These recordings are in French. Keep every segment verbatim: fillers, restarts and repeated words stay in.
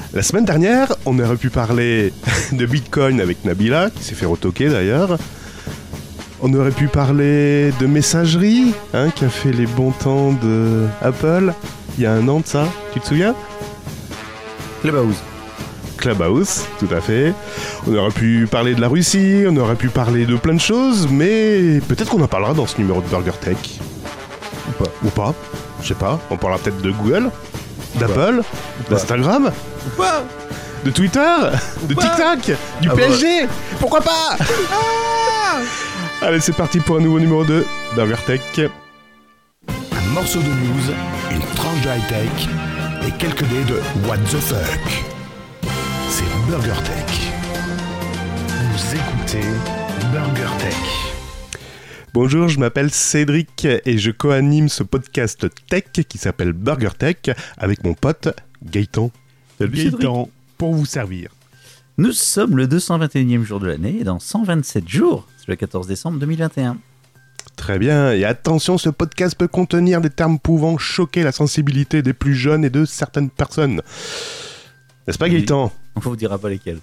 La semaine dernière, on aurait pu parler de Bitcoin avec Nabila, qui s'est fait retoquer d'ailleurs. On aurait pu parler de messagerie, hein, qui a fait les bons temps de Apple, il y a un an de ça, tu te souviens ? Clubhouse. Clubhouse, tout à fait. On aurait pu parler de la Russie, on aurait pu parler de plein de choses, mais peut-être qu'on en parlera dans ce numéro de Burger Tech. Ou pas. Ou pas, je sais pas. On parlera peut-être de Google, d'Apple, pas. d'Instagram, Ou pas. de Twitter, Ou de pas. TikTok, du Ah P S G. bah. Pourquoi pas? Ah Allez, c'est parti pour un nouveau numéro de Burger Tech. Un morceau de news, une tranche de high-tech et quelques dés de What the fuck. C'est Burger Tech. Vous écoutez Burger Tech. Bonjour, je m'appelle Cédric et je co-anime ce podcast tech qui s'appelle Burger Tech avec mon pote Gaëtan. Salut Gaëtan, pour vous servir. Nous sommes le deux cent vingt et unième jour de l'année et dans cent vingt-sept jours, c'est le quatorze décembre deux mille vingt et un. Très bien, et attention, ce podcast peut contenir des termes pouvant choquer la sensibilité des plus jeunes et de certaines personnes. N'est-ce pas, Gaëtan ? On vous dira pas lesquels.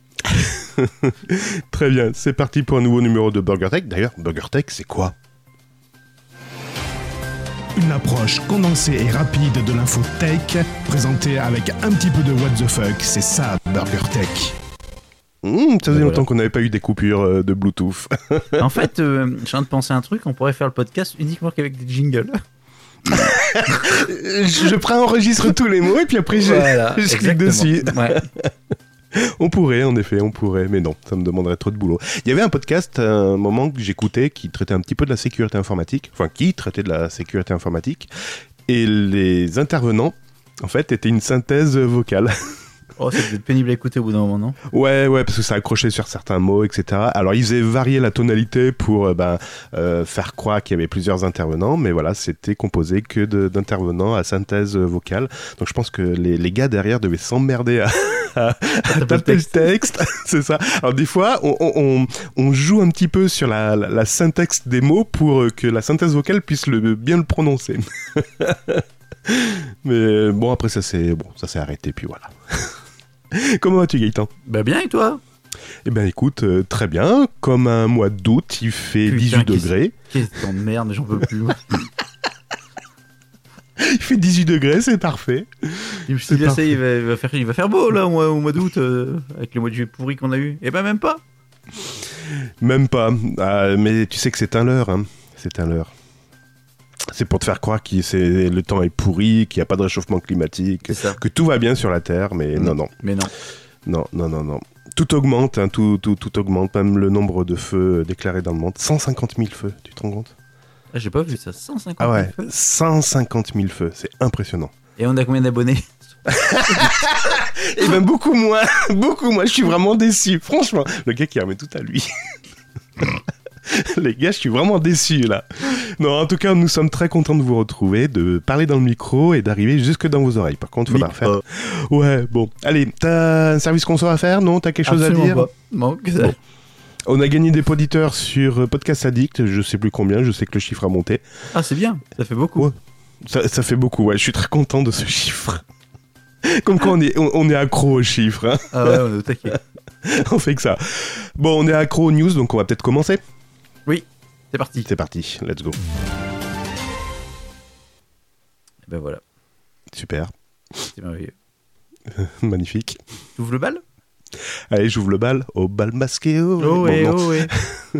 Très bien, c'est parti pour un nouveau numéro de Burger Tech. D'ailleurs, Burger Tech, c'est quoi ? Une approche condensée et rapide de l'info tech, présentée avec un petit peu de What the fuck, c'est ça Burger Tech. Mmh, ça faisait Voilà. longtemps qu'on n'avait pas eu des coupures euh, de Bluetooth. En fait, euh, je viens de penser à un truc, on pourrait faire le podcast uniquement qu'avec des jingles. je, je préenregistre tous les mots et puis après je, Voilà, je clique exactement. dessus. Ouais. On pourrait, en effet, on pourrait, mais non, ça me demanderait trop de boulot. Il y avait un podcast à un moment que j'écoutais qui traitait un petit peu de la sécurité informatique, enfin qui traitait de la sécurité informatique, et les intervenants, en fait, étaient une synthèse vocale. Oh, ça devait être pénible à écouter au bout d'un moment, non ? Ouais, ouais, parce que ça accrochait sur certains mots, et cetera. Alors, ils faisaient varier la tonalité pour euh, ben, euh, faire croire qu'il y avait plusieurs intervenants, mais voilà, c'était composé que de, d'intervenants à synthèse vocale. Donc, je pense que les, les gars derrière devaient s'emmerder à, à, à taper le texte. C'est ça. Alors, des fois, on, on, on joue un petit peu sur la, la, la syntaxe des mots pour que la synthèse vocale puisse le, bien le prononcer. Mais bon, après, ça s'est, bon, ça s'est arrêté, puis voilà. Comment vas-tu, Gaëtan ? Bah bien, et toi ? Eh ben écoute, euh, très bien. Comme un mois d'août, il fait Putain, dix-huit qu'est-ce- degrés. Qu'est-ce de merde, j'en peux plus. Il fait dix-huit degrés, c'est parfait. Je me suis dit, là, ça y est, il va, il va faire, il va faire beau, là, au mois, au mois d'août, euh, avec le mois de juillet pourri qu'on a eu. Et ben même pas. Même pas. Ah, mais tu sais que c'est un leurre. Hein. C'est un leurre. C'est pour te faire croire que c'est, le temps est pourri, qu'il n'y a pas de réchauffement climatique, C'est ça. que tout va bien sur la Terre, mais non, non. Mais non. Non, non, non, non. Tout augmente, hein, tout, tout, tout augmente, même le nombre de feux déclarés dans le monde. cent cinquante mille feux, tu te rends compte ? Ah, j'ai pas vu ça, cent cinquante Ah ouais, mille feux. cent cinquante mille feux, c'est impressionnant. Et on a combien d'abonnés ? Eh ben beaucoup moins, beaucoup moins. Je suis vraiment déçu, franchement. Le gars qui remet tout à lui. Les gars, je suis vraiment déçu là. Non, en tout cas, nous sommes très contents de vous retrouver, de parler dans le micro et d'arriver jusque dans vos oreilles. Par contre, il faudra Micro. faire. Ouais, bon. Allez, t'as un service conso à faire ? Non, t'as quelque chose Absolument à dire ? pas. Non, que ça. Bon. On a gagné des auditeurs sur Podcast Addict. Je sais plus combien. Je sais que le chiffre a monté. Ah, c'est bien, ça fait beaucoup. Ouais. Ça, ça fait beaucoup. Ouais, je suis très content de ce chiffre. Comme quoi, on est, on, on est accro aux chiffres. Hein. Ah ouais, on est au taquet. On fait que ça. Bon, on est accro aux news, donc on va peut-être commencer. C'est parti. C'est parti, let's go. Et ben voilà, Super, c'est merveilleux. magnifique. Tu ouvres le bal ? Allez, j'ouvre le bal. Au bal masqué. Oh, Oh ouais, Bon, non. oh ouais.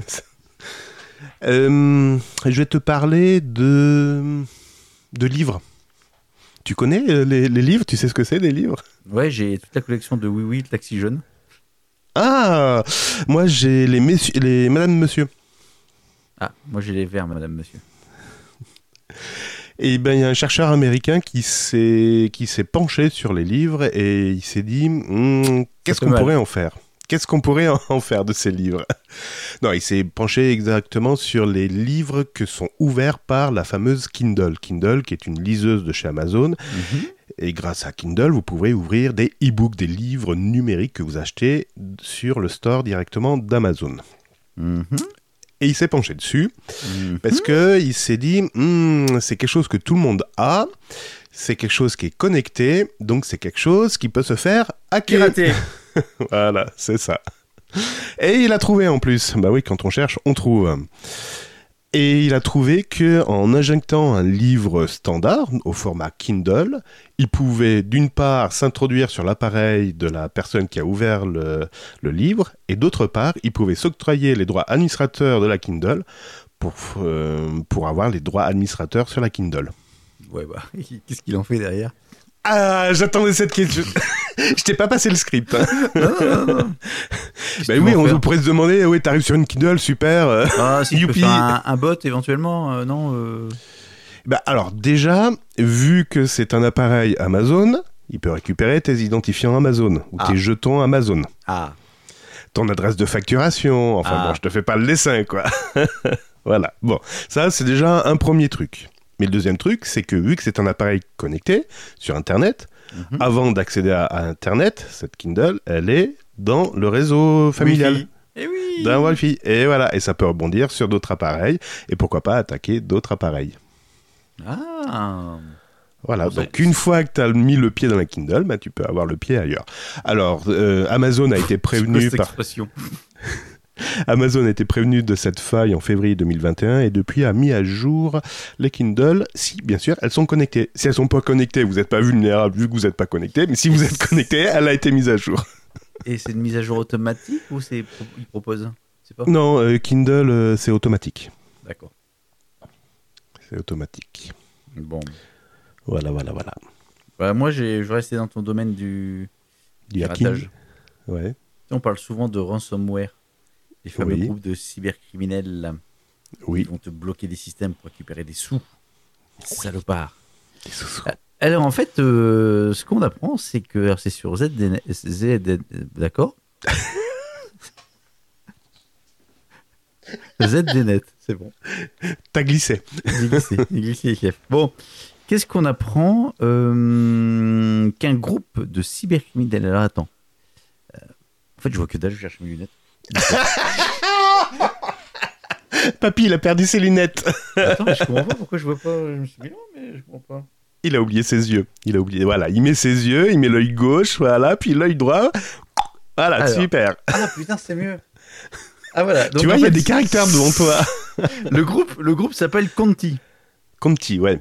Euh, je vais te parler de de livres. Tu connais euh, les, les livres ? Tu sais ce que c'est, les livres ? Ouais, j'ai toute la collection de Oui Oui, le taxi jaune. Ah, moi j'ai les messieurs, les Madame Monsieur. Ah, moi j'ai les verts, madame, monsieur. Et ben il y a un chercheur américain qui s'est qui s'est penché sur les livres et il s'est dit Hm, qu'est-ce fait qu'on mal. pourrait en faire ? Qu'est-ce qu'on pourrait en- en faire de ces livres ? Non, il s'est penché exactement sur les livres que sont ouverts par la fameuse Kindle. Kindle, qui est une liseuse de chez Amazon. Mhm. Et grâce à Kindle, vous pourrez ouvrir des e-books, des livres numériques que vous achetez sur le store directement d'Amazon. Mhm. Et il s'est penché dessus Mhm. parce que il s'est dit Hm, c'est quelque chose que tout le monde a, c'est quelque chose qui est connecté, donc c'est quelque chose qui peut se faire hacker. Piraté. Voilà, c'est ça. Et il a trouvé en plus. Bah oui, quand on cherche, on trouve. Et il a trouvé que en injectant un livre standard au format Kindle, il pouvait d'une part s'introduire sur l'appareil de la personne qui a ouvert le, le livre, et d'autre part, il pouvait s'octroyer les droits administrateurs de la Kindle pour, euh, pour avoir les droits administrateurs sur la Kindle. Ouais, bah, qu'est-ce qu'il en fait derrière? Ah, j'attendais cette question. Je t'ai pas passé le script. Hein. Non, non, non. Bah oui, on pourrait se demander, oui, t'arrives sur une Kindle, super. euh, Ah, si tu peux Youpi. faire un, un bot éventuellement, euh, non euh... Bah alors déjà, vu que c'est un appareil Amazon, il peut récupérer tes identifiants Amazon ou Ah. tes jetons Amazon, Ah, ton adresse de facturation. Enfin Ah. bon, je te fais pas le dessin, quoi. Voilà. Bon, ça c'est déjà un premier truc. Mais le deuxième truc, c'est que vu que c'est un appareil connecté sur Internet, Mhm. avant d'accéder à, à Internet, cette Kindle, elle est dans le réseau familial. Wi-Fi. Eh oui. D'un Wi-Fi. Et voilà, et ça peut rebondir sur d'autres appareils, et pourquoi pas attaquer d'autres appareils. Ah. Voilà, Bon, donc c'est- une fois que tu as mis le pied dans la Kindle, bah, tu peux avoir le pied ailleurs. Alors, euh, Amazon a été C'est quoi prévenu cette par... expression? Amazon a été prévenu de cette faille en février deux mille vingt et un et depuis a mis à jour les Kindle, si bien sûr elles sont connectées. Si elles sont pas connectées, vous n'êtes pas vulnérable vu que vous n'êtes pas connecté, mais si vous êtes connecté, elle a été mise à jour. Et c'est une mise à jour automatique ou c'est pro- il propose? C'est pas. Non, euh, Kindle, euh, c'est automatique. D'accord. C'est automatique. Bon. Voilà, voilà, voilà. Bah, moi, j'ai, je vais rester dans ton domaine du Du piratage. hacking. Ouais. On parle souvent de ransomware, les fameux Oui. groupes de cybercriminels là, Oui. qui vont te bloquer des systèmes pour récupérer des sous. Salopards. Des sous-sous. Alors en fait, euh, ce qu'on apprend, c'est que alors, c'est sur Z D N, Z D N, d'accord. Z D Net, c'est bon. T'as glissé. J'ai glissé, j'ai glissé les chefs. Bon, qu'est-ce qu'on apprend Euh, Qu'un groupe de cybercriminels. Alors attends. Euh, en fait, je vois que dalle, je cherche mes lunettes. Papy, il a perdu ses lunettes. Attends, mais je comprends pas pourquoi je vois pas. Je me suis dit non, mais je comprends pas. Il a oublié ses yeux. Il a oublié. Voilà, il met ses yeux, il met l'œil gauche, voilà, puis l'œil droit. Voilà, Alors. super. Ah putain, c'est mieux. Ah voilà. Donc, Tu vois, en il y a fait, des caractères devant toi. Le groupe, le groupe s'appelle Conti. Conti, ouais.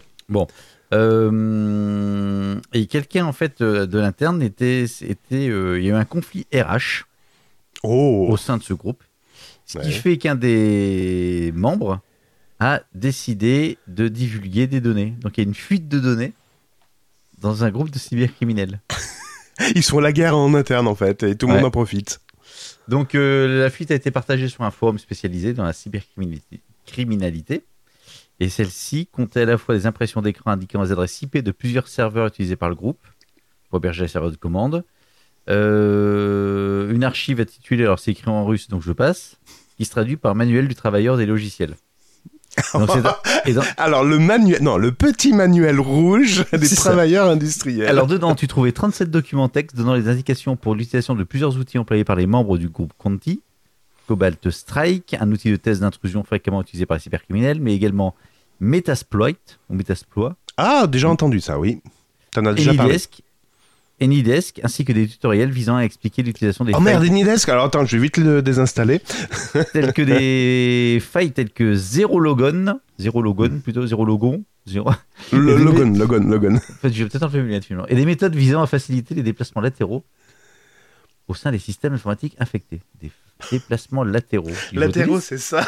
Euh, et quelqu'un en fait euh, de l'interne était, était euh, il y a eu un conflit R H Oh. au sein de ce groupe, ce qui Ouais. fait qu'un des membres a décidé de divulguer des données. Donc il y a une fuite de données dans un groupe de cybercriminels. Ils sont à la guerre en interne, en fait, et tout le Ouais. monde en profite. Donc euh, la fuite a été partagée sur un forum spécialisé dans la cybercriminalité. criminalité. Et celle-ci comptait à la fois des impressions d'écran indiquant les adresses I P de plusieurs serveurs utilisés par le groupe pour héberger les serveurs de commande. Euh, une archive intitulée, alors c'est écrit en russe, donc je passe, qui se traduit par manuel du travailleur des logiciels. Donc c'est- et dans- Alors, le manuel, non, le petit manuel rouge des C'est ça. travailleurs industriels. alors dedans, tu trouvais trente-sept documents textes donnant les indications pour l'utilisation de plusieurs outils employés par les membres du groupe Conti. Cobalt Strike, un outil de test d'intrusion fréquemment utilisé par les cybercriminels, mais également Metasploit, ou Metasploit, Ah, déjà entendu ça, oui. T'en as déjà parlé. Anydesk, Anydesk, ainsi que des tutoriels visant à expliquer l'utilisation des Oh merde, failles, Anydesk. Alors attends, je vais vite le désinstaller. telles que des failles telles que Zero Logon, Zero Logon plutôt, Zero Logon, Zero... Le Et des Logan, Logan, Logan. En fait, je vais peut-être enlever mes lunettes finalement. Et des méthodes visant à faciliter les déplacements latéraux au sein des systèmes informatiques infectés. Des déplacements latéraux. Ils Latéraux, utilisent c'est ça.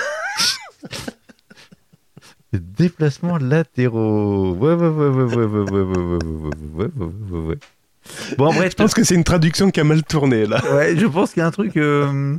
des déplacements latéraux. Ouais, ouais, ouais, ouais, ouais, ouais, ouais, ouais, ouais, ouais, ouais, ouais, ouais, ouais. Bon, bref, Je pense que c'est une traduction qui a mal tourné, là. ouais, je pense qu'il y a un truc. Euh...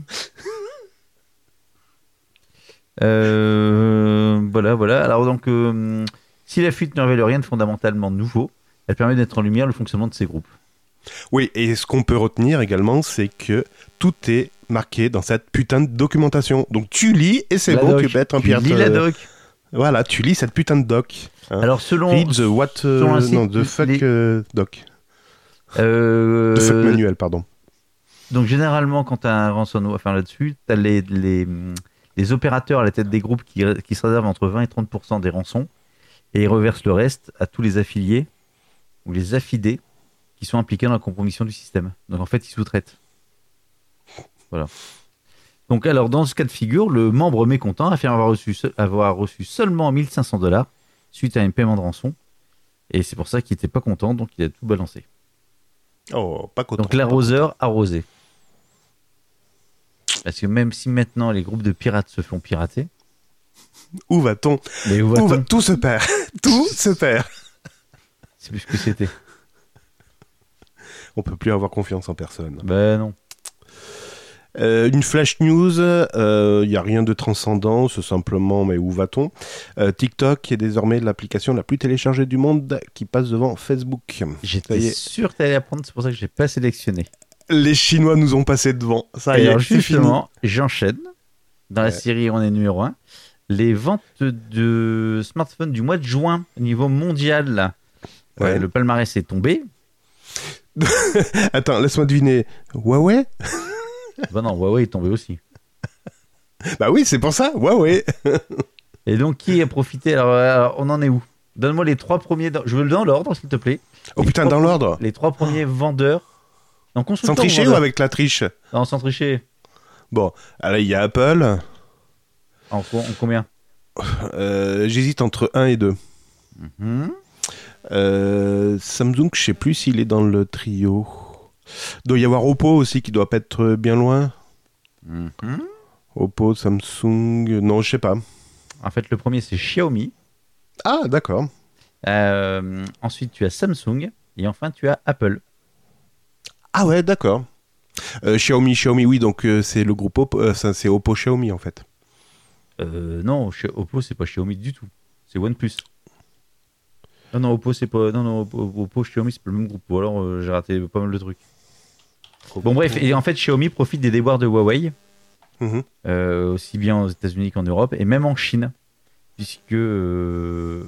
euh, Voilà, voilà. Alors donc, euh, si la fuite ne révèle rien de fondamentalement nouveau, elle permet de mettre en lumière le fonctionnement de ces groupes. Oui, et ce qu'on peut retenir également, c'est que tout est marqué dans cette putain de documentation. Donc tu lis et c'est La bon, doc. tu peux être un Tu pirate. lis la euh, doc. Voilà, tu lis cette putain de doc. Hein. Alors selon, Read the what... euh, selon un site, non, the fuck les- euh, doc. euh, The fuck manuel, pardon. donc généralement, quand tu as un ransomware, enfin là-dessus, tu as les, les, les opérateurs à la tête des groupes qui, qui se réservent entre vingt et trente pour cent des rançons et ils reversent le reste à tous les affiliés ou les affidés qui sont impliqués dans la compromission du système. Donc en fait, ils sous-traitent. Voilà. Donc alors, dans ce cas de figure, le membre mécontent affirme avoir reçu, avoir reçu seulement mille cinq cents dollars suite à un paiement de rançon. Et c'est pour ça qu'il n'était pas content, donc il a tout balancé. Oh, pas content. Donc l'arroseur arrosé. Parce que même si maintenant les groupes de pirates se font pirater... Où va-t-on Mais où Où va-t-on va... Tout se perd. Tout se perd. C'est plus ce que c'était. On peut plus avoir confiance en personne. Ben non. Euh, une flash news, il euh, n'y a rien de transcendant, c'est simplement, mais où va-t-on euh, TikTok est désormais l'application la plus téléchargée du monde qui passe devant Facebook. J'étais sûr que tu allais apprendre, c'est pour ça que je l'ai pas sélectionné. Les Chinois nous ont passé devant. Ça Et y est, alors c'est justement, j'enchaîne. Dans Ouais. la série, on est numéro un. Les ventes de smartphones du mois de juin au niveau mondial, là, ouais, Ouais. le palmarès est tombé. fini. Attends, laisse-moi deviner. Huawei Ben non, Huawei est tombé aussi. Bah oui, c'est pour ça, Huawei. Et donc, qui a profité alors, alors, on en est où? Donne-moi les trois premiers. Dans... Je veux le dans l'ordre, s'il te plaît. Oh Les putain, trois dans pre- l'ordre. Les trois premiers vendeurs. Non, consultants Sans tricher ou vendeurs. avec la triche? Non, sans tricher. Bon, alors il y a Apple. En, co- en combien? Euh, J'hésite entre un et deux. Mhm. Euh, Samsung, je sais plus s'il est dans le trio. Doit y avoir Oppo aussi qui doit pas être bien loin. Mhm. Oppo, Samsung, non, je sais pas. En fait, le premier, c'est Xiaomi. Ah, d'accord. Euh, ensuite, tu as Samsung. Et enfin, tu as Apple. Ah ouais, d'accord. Euh, Xiaomi, Xiaomi, oui, donc euh, c'est le groupe Oppo, euh, ça, c'est Oppo Xiaomi en fait. Euh, non, chez Oppo, c'est pas Xiaomi du tout. C'est OnePlus. Non, non, Oppo, c'est pas. Non, non, Oppo, Oppo, Xiaomi, c'est pas le même groupe. Ou alors, euh, j'ai raté pas mal de trucs. Bon, bref, et en fait, Xiaomi profite des déboires de Huawei, Mhm. euh, aussi bien aux États-Unis qu'en Europe, et même en Chine. Puisque. euh,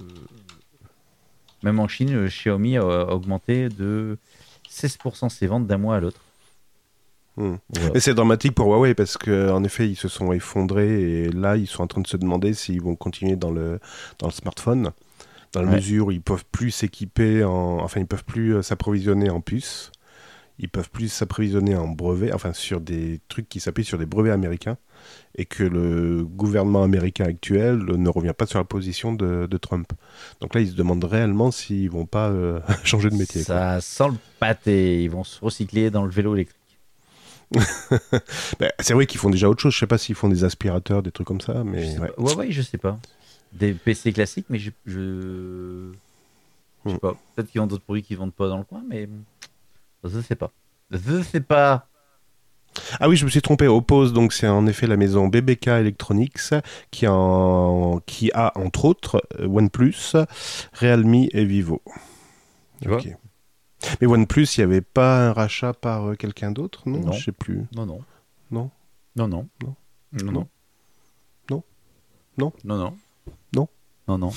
même en Chine, euh, Xiaomi a, a augmenté de seize pour cent ses ventes d'un mois à l'autre. Mhm. Voilà. Et c'est dramatique pour Huawei parce qu'en effet, ils se sont effondrés et là, ils sont en train de se demander s'ils vont continuer dans le, dans le smartphone, dans la Ouais. mesure où ils peuvent plus s'équiper en. Enfin, ils peuvent plus euh, s'approvisionner en puces. Ils peuvent plus s'approvisionner en brevets, enfin sur des trucs qui s'appuient sur des brevets américains, et que le gouvernement américain actuel ne revient pas sur la position de, de Trump. Donc là, ils se demandent réellement s'ils vont pas euh, changer de métier. quoi. Ça sent le pâté. Ils vont se recycler dans le vélo électrique. Ben, c'est vrai qu'ils font déjà autre chose. Je sais pas s'ils font des aspirateurs, des trucs comme ça, mais Je sais ouais. pas. Ouais, ouais, je sais pas. Des P C classiques, mais je. Je, je sais Hmm. pas. Peut-être qu'ils vendent d'autres produits qu'ils vendent pas dans le coin, mais. Je sais pas. Je sais pas. Ah oui, je me suis trompé. Oppose, donc c'est en effet la maison B B K Electronics qui, en... qui a entre autres euh, OnePlus, Realme et Vivo. Tu vois. Ok. Mais OnePlus, il n'y avait pas un rachat par euh, quelqu'un d'autre, non, Non. Je sais plus. Non, non. Non. Non, non. Non. Non, non. Non. Non. Non, non. Non. Non, non.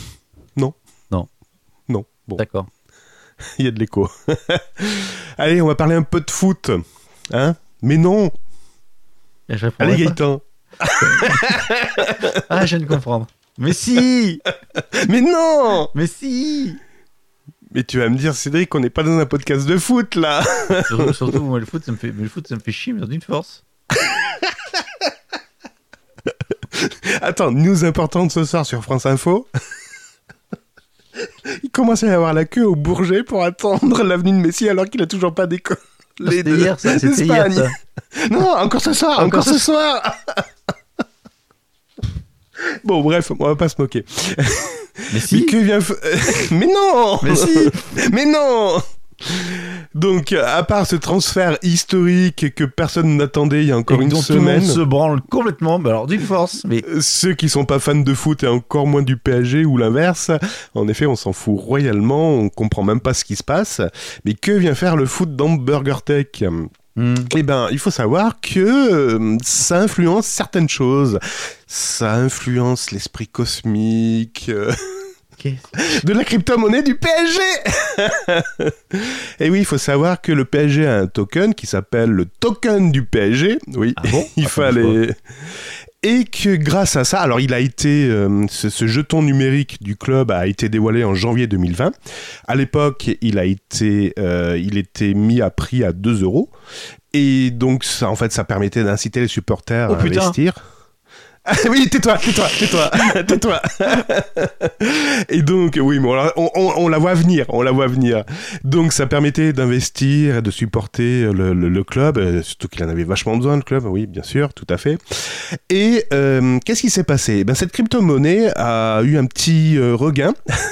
Non. Bon, D'accord. il y a de l'écho. Allez, on va parler un peu de foot. Hein? Mais non. Et je répondrai Allez, pas. Gaëtan. Ah, je viens de comprendre. Mais si. Mais non. Mais si. Mais tu vas me dire, Cédric, on n'est pas dans un podcast de foot, là. Surtout, surtout, moi, le foot, ça me fait, mais le foot, ça me fait chier, mais d'une force. Attends, news importante ce soir sur France Info. Il commence à y avoir la queue au Bourget pour attendre l'avenue de Messi alors qu'il a toujours pas décollé. C'était hier, ça. C'était hier, ça. Non, encore ce soir, encore, Encore ce soir. Bon, bref, on va pas se moquer. Mais Mais si. que vient f- Mais non. Mais si. Mais non. Donc, à part ce transfert historique que personne n'attendait il y a encore Et une dont tout le monde semaine, se branle complètement, mais alors d'une force. Mais euh, ceux qui sont pas fans de foot et encore moins du P S G ou l'inverse, en effet, on s'en fout royalement, on comprend même pas ce qui se passe. Mais que vient faire le foot dans BurgerTech ? Hmm. Eh ben, il faut savoir que euh, ça influence certaines choses. Ça influence l'esprit cosmique euh, Qu'est-ce- de la crypto-monnaie du P S G. Et oui, il faut savoir que le P S G a un token qui s'appelle le token du P S G. Oui, Ah bon il Ah, ça fallait. Et que grâce à ça, alors il a été, euh, ce, ce jeton numérique du club a été dévoilé en janvier deux mille vingt. À l'époque, il a été, euh, il était mis à prix à deux euros. Et donc, ça, en fait, ça permettait d'inciter les supporters Oh, à putain. investir. Ah, oui, tais-toi, tais-toi, tais-toi, tais-toi. Et donc, oui, mais on, la- on, on, on la voit venir, on la voit venir. Donc, ça permettait d'investir, de supporter le, le, le club, euh, surtout qu'il en avait vachement besoin, le club, oui, bien sûr, tout à fait. Et euh, qu'est-ce qui s'est passé ? Eh ben, cette crypto-monnaie a eu un petit euh, regain.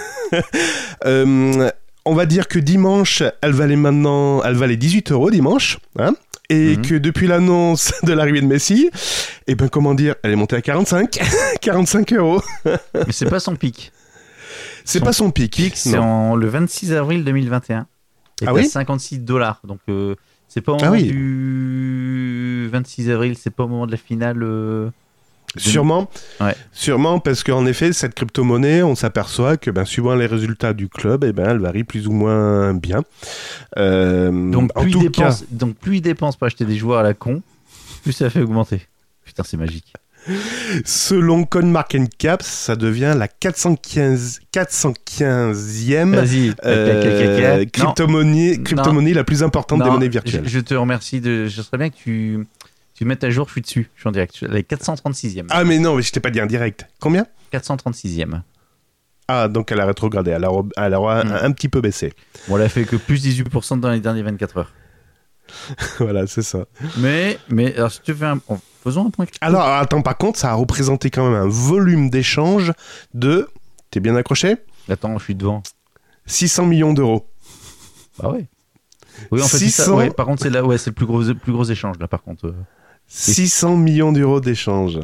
euh, on va dire que dimanche, elle valait maintenant, elle valait dix-huit euros dimanche, hein, et Mhm. que depuis l'annonce de l'arrivée de Messi, eh ben comment dire, elle est montée à quarante-cinq, quarante-cinq euros. Mais c'est pas son pic. C'est Son pas son pic. Pic, c'est non. en, le vingt-six avril deux mille vingt et un. Et Ah à oui cinquante-six dollars. Donc, euh, c'est pas au Ah moment oui. du vingt-six avril, c'est pas au moment de la finale. euh, Sûrement, Ouais. sûrement parce qu'en effet, cette crypto-monnaie, on s'aperçoit que ben, suivant les résultats du club, eh ben, elle varie plus ou moins bien. Euh, Donc, en plus il tout dépense, cas, donc, plus il dépense pour acheter des joueurs à la con, plus ça fait augmenter. Putain, c'est magique. selon CoinMarketCap, ça devient la quatre cent quinze, quatre cent quinzième Vas-y. euh, Non. crypto-monnaie, crypto-monnaie la plus importante Non, des monnaies je, virtuelles. je te remercie. De, je serais bien que tu, tu mettes à jour. Je suis dessus. Je suis en direct. Je suis à la quatre cent trente-sixième. Ah mais non, mais je t'ai pas dit en direct. Combien ? quatre cent trente-sixième. Ah, donc elle a rétrogradé, elle a, re- elle a un, Mm. un petit peu baissé. Bon, elle a fait que plus dix-huit pour cent dans les dernières vingt-quatre heures. Voilà, c'est ça. Mais, mais alors, si tu fais un. bon, faisons un point. Alors, attends, par contre, ça a représenté quand même un volume d'échange de... T'es bien accroché ? Attends, je suis devant. six cents millions d'euros. Bah ouais. Oui, en fait, c'est ça. six cents Ouais, par contre, c'est là, ouais, c'est le plus gros, le plus gros échange là. Par contre. euh. six cents millions d'euros d'échange.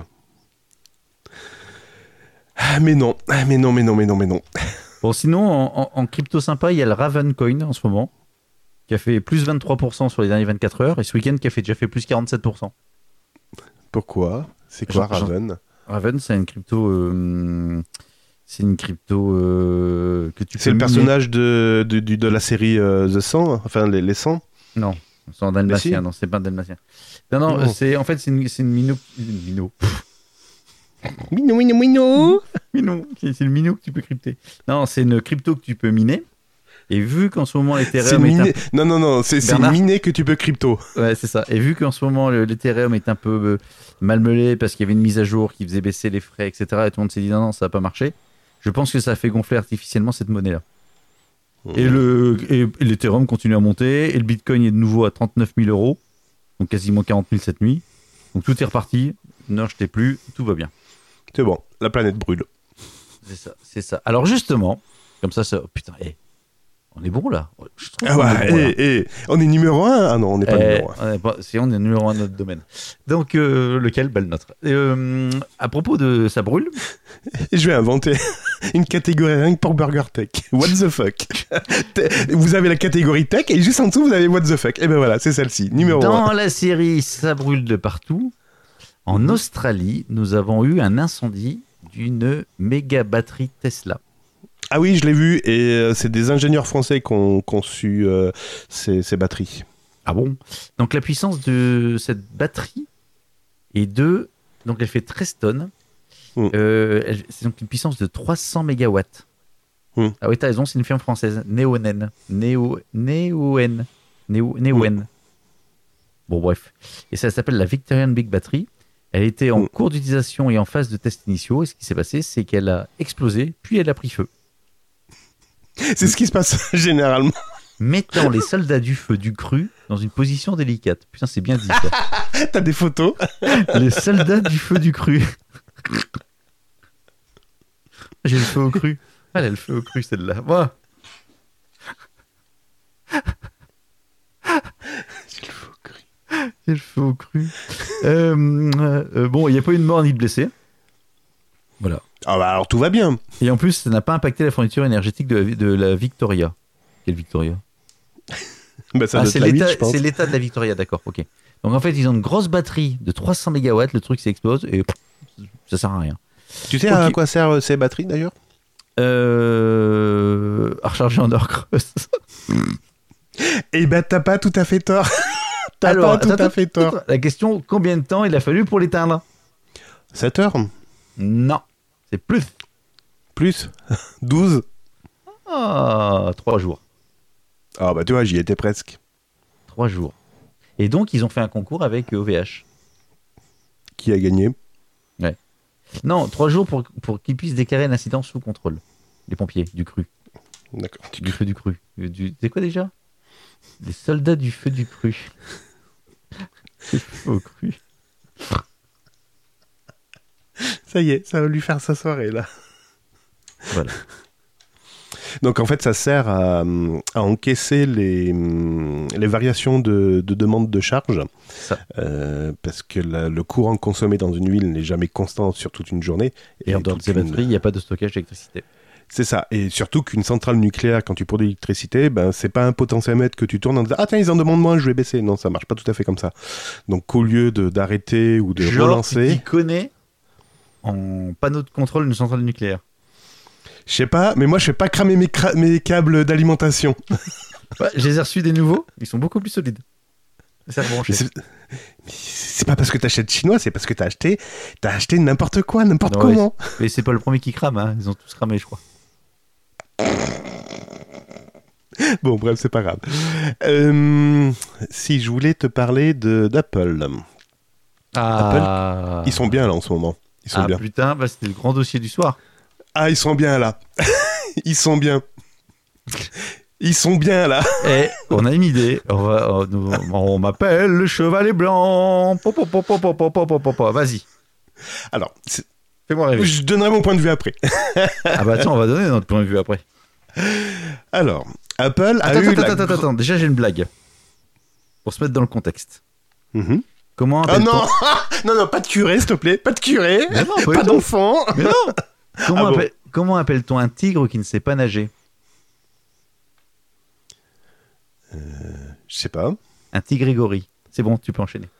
Ah, mais non, ah, mais non, mais non, mais non, mais non. Bon, sinon, en, en- en crypto sympa, il y a le Raven Coin en ce moment, qui a fait plus vingt-trois pour cent sur les dernières vingt-quatre heures, et ce week-end qui a fait, déjà fait plus quarante-sept pour cent. Pourquoi ? C'est quoi, J'en- j'en- Raven ? Raven, c'est une crypto. euh, c'est une crypto euh, que tu peux. C'est le miner. personnage de, de, du- de la série euh, The cent, enfin les, les cent. Non, c'est un dalmatien. si. Non, c'est pas un dalmatien. Non, non, Non. c'est en fait c'est une, c'est une mino. Une mino. Minou, minou, minou. Minou. C'est le minou que tu peux crypter. Non, c'est une crypto que tu peux miner. Et vu qu'en ce moment C'est l'Ethereum est, miné... Non, non, non, c'est c'est Bernard miné que tu peux crypto. un... ouais, c'est ça. Et vu qu'en ce moment le- l'Ethereum est un peu euh, malmelé parce qu'il y avait une mise à jour qui faisait baisser les frais, et cetera. Et tout le monde s'est dit non, non, ça va pas marcher. Je pense que ça a fait gonfler artificiellement cette monnaie-là. Et le et, et l'Ethereum continue à monter et le Bitcoin est de nouveau à trente-neuf mille euros, donc quasiment quarante mille cette nuit. Donc tout est reparti. Ne achetez plus, tout va bien. C'est bon, la planète brûle. C'est ça, c'est ça. Alors justement, comme ça, ça... oh, putain, hé, on est bon là. Je trouve Ah qu'on ouais, est bon, là. eh, eh, on est numéro un. Ah non, on n'est pas Eh, numéro un. on est pas- si on est numéro un de notre domaine. Donc euh, lequel bah, le nôtre. Euh, à propos de ça brûle. Et je vais inventer une catégorie rien que pour Burger Tech. What the fuck. Vous avez la catégorie tech et juste en dessous vous avez What the fuck. Et ben voilà, c'est celle-ci, numéro Dans un. la série ça brûle de partout. En Australie, nous avons eu un incendie d'une méga batterie Tesla. Ah oui, je l'ai vu et euh, c'est des ingénieurs français qui ont conçu euh, ces, ces batteries. Ah bon? Donc la puissance de cette batterie est de... Donc elle fait treize tonnes. Mm. Euh, elle- c'est donc une puissance de trois cents mégawatts. Mm. Ah oui, t'as raison, c'est une firme française. Neonen. Néo... Néoen. Néo... Néoen. Bon bref. Et ça s'appelle la Victorian Big Battery. Elle était en Mm. cours d'utilisation et en phase de tests initiaux. Et ce qui s'est passé, c'est qu'elle a explosé, puis elle a pris feu. C'est ce qui se passe généralement. Mettant les soldats du feu du cru dans une position délicate. Putain, c'est bien dit ça. T'as des photos. Les soldats du feu du cru. J'ai le feu au cru. Elle a le feu au cru, celle-là. Moi. J'ai le feu au cru. Euh, euh, bon, il n'y a pas eu de mort ni de blessé. Voilà. Ah bah alors tout va bien. Et en plus, ça n'a pas impacté la fourniture énergétique de la, de la Victoria. Quelle Victoria? Bah, ça Ah, doit c'est être la huit, l'état, je pense. c'est l'état de la Victoria, d'accord, ok. Donc en fait, ils ont une grosse batterie de trois cents mégawatts, le truc s'explose et pff, ça sert à rien. Tu sais Ok. à quoi servent ces batteries d'ailleurs? Euh... À recharger en heure creuse. Eh ben t'as pas tout à fait tort. T'as Alors, pas tout attends, à fait tort. attends, la question, combien de temps il a fallu pour l'éteindre? sept heures? Non, c'est plus. Plus? douze? Ah, trois jours. Ah bah tu vois, j'y étais presque. Trois jours. Et donc, ils ont fait un concours avec O V H. Qui a gagné? Non, trois jours pour, pour qu'ils puissent déclarer l'incident sous contrôle. Les pompiers, du cru. D'accord. Du feu du cru. Du... C'est quoi déjà? Les soldats du feu du cru. C'est faux cru. Ça y est, ça va lui faire sa soirée là. Voilà. Donc en fait, ça sert à, à encaisser les, les variations de, de demande de charge, euh, parce que la, le courant consommé dans une ville n'est jamais constant sur toute une journée. Et, et en dehors de ces batteries, il n'y a pas de stockage d'électricité. C'est ça, et surtout qu'une centrale nucléaire, quand tu produis de l'électricité, ben, c'est pas un potentiomètre que tu tournes en disant « Ah tiens, ils en demandent moins, je vais baisser ». Non, ça marche pas tout à fait comme ça. Donc au lieu de, d'arrêter ou de Genre, relancer... tu connais en panneau de contrôle une centrale nucléaire. Je sais pas, mais moi je fais pas cramer mes, cra- mes câbles d'alimentation. Ouais, je les ai reçus des nouveaux, ils sont beaucoup plus solides. Ça rebranché. Mais c'est... mais c'est pas parce que t'achètes chinois, c'est parce que t'as acheté, t'as acheté n'importe quoi, n'importe Non, comment. Ouais, mais c'est pas le premier qui crame, hein. Ils ont tous cramé, je crois. Bon, bref, c'est pas grave. Euh, si je voulais te parler de, d'Apple. Ah. Apple, ils sont bien là en ce moment. Ils sont ah bien. putain, bah, c'était le grand dossier du soir. Ah, ils sont bien là. Ils sont bien. Ils sont bien là. Et on a une idée. On, va, on, nous- on m'appelle le chevalet blanc. Po, po, po, po, po, po, po, po, po, po. Vas-y, Alors, c'est- fais-moi rêver. je donnerai mon point de vue après. Ah bah attends, on va donner notre point de vue après. Alors, Apple a Attends, eu attends, la... attends, attends. Déjà, j'ai une blague. Pour se mettre dans le contexte. Mhm. Comment Ah appelle-t-on... non Non, non, pas de curé, s'il te plaît. Pas de curé. Mais non, pas Pas du tout. d'enfant. Mais non. Comment, Ah bon appelle- Comment appelle-t-on un tigre qui ne sait pas nager? Je sais pas. Un tigre-grégory. C'est bon, tu peux enchaîner.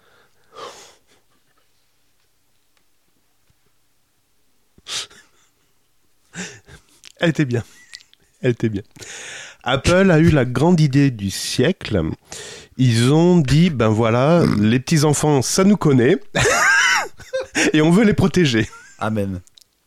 Elle était bien. Elle était bien. Apple a eu la grande idée du siècle. Ils ont dit, ben voilà, les petits-enfants, ça nous connaît. Et on veut les protéger. Amen.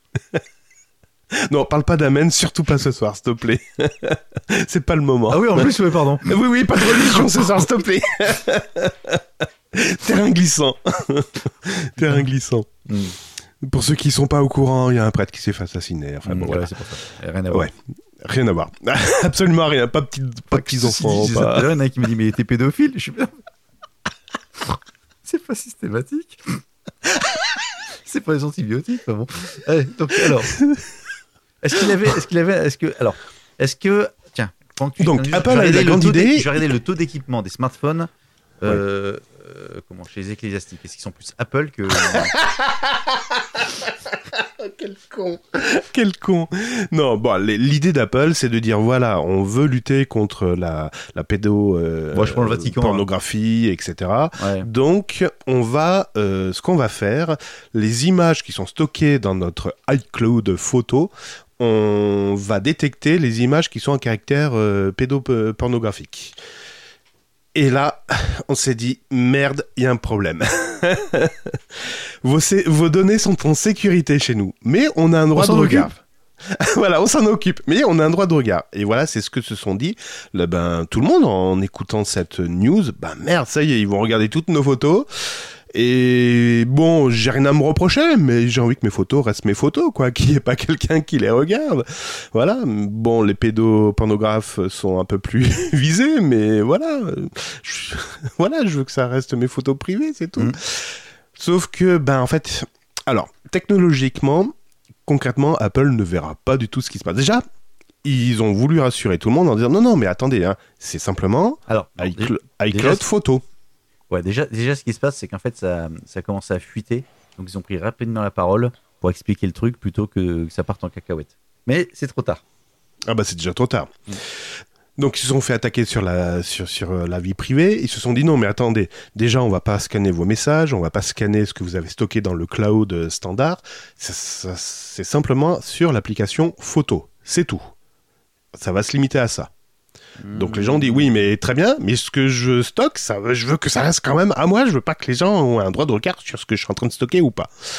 Non, parle pas d'amen, surtout pas ce soir, s'il te plaît. C'est pas le moment. Ah oui, en plus, oui, pardon. Oui, oui, pas de religion ce soir, s'il te plaît. Terrain glissant. Terrain glissant. Mm. Pour ceux qui sont pas au courant, il y a un prêtre qui s'est fait assassiner. Enfin, bon, Mm, voilà. ouais, c'est pour ça. Rien à voir. Ouais, rien à voir. Absolument rien. Pas petits, pas petits enfants. Si, si, Pas... Il y en a qui me dit, mais il était pédophile. Je suis bien. C'est pas systématique. C'est pas les antibiotiques. Enfin bon. Allez, donc, alors. Est-ce qu'il avait. Est-ce qu'il avait. Est-ce que. Alors. Est-ce que. Tiens. pendant que tu- Donc, je- Apple je vais a eu regarder la le grande taux d'é- idée. Je vais regarder le taux d'équipement des smartphones. Euh, euh, comment, chez les ecclésiastiques. Est-ce qu'ils sont plus Apple que. Quel con. Quel con. Non, bon, les- l'idée d'Apple, c'est de dire, voilà, on veut lutter contre la, la pédo... euh, Moi, je prends le Vatican, pornographie, et cetera. Ouais. Donc, on va, euh, ce qu'on va faire, les images qui sont stockées dans notre iCloud photo, on va détecter les images qui sont à caractère euh, pédopornographique. Et là, on s'est dit, merde, il y a un problème. vos, sé- vos données sont en sécurité chez nous, mais on a un droit s'en de occupe. regard. Voilà, on s'en occupe, mais on a un droit de regard. Et voilà, c'est ce que se sont dit là, ben, tout le monde en écoutant cette news. Ben merde, ça y est, ils vont regarder toutes nos photos. Et bon, j'ai rien à me reprocher, mais j'ai envie que mes photos restent mes photos, quoi, qu'il n'y ait pas quelqu'un qui les regarde. Voilà. Bon, les pédopornographes sont un peu plus visés, mais voilà. Je, voilà, je veux que ça reste mes photos privées, c'est tout. Mmh. Sauf que, ben, en fait, alors, technologiquement, concrètement, Apple ne verra pas du tout ce qui se passe. Déjà, ils ont voulu rassurer tout le monde en disant non, non, mais attendez, hein, c'est simplement Alors, iCl- déjà, iCloud photo. Ouais, déjà, déjà, ce qui se passe, c'est qu'en fait, ça, ça commence à fuiter. Donc, ils ont pris rapidement la parole pour expliquer le truc plutôt que, que ça parte en cacahuète. Mais c'est trop tard. Ah bah c'est déjà trop tard. Mm. Donc ils se sont fait attaquer sur la, sur, sur euh, la vie privée. Ils se sont dit non mais attendez, déjà on va pas scanner vos messages, on va pas scanner ce que vous avez stocké dans le cloud euh, standard. Ça, ça, c'est simplement sur l'application photo. C'est tout. Ça va se limiter à ça. Donc les gens disent oui mais très bien, mais ce que je stocke, ça, je veux que ça reste quand même à moi, je veux pas que les gens aient un droit de regard sur ce que je suis en train de stocker ou pas.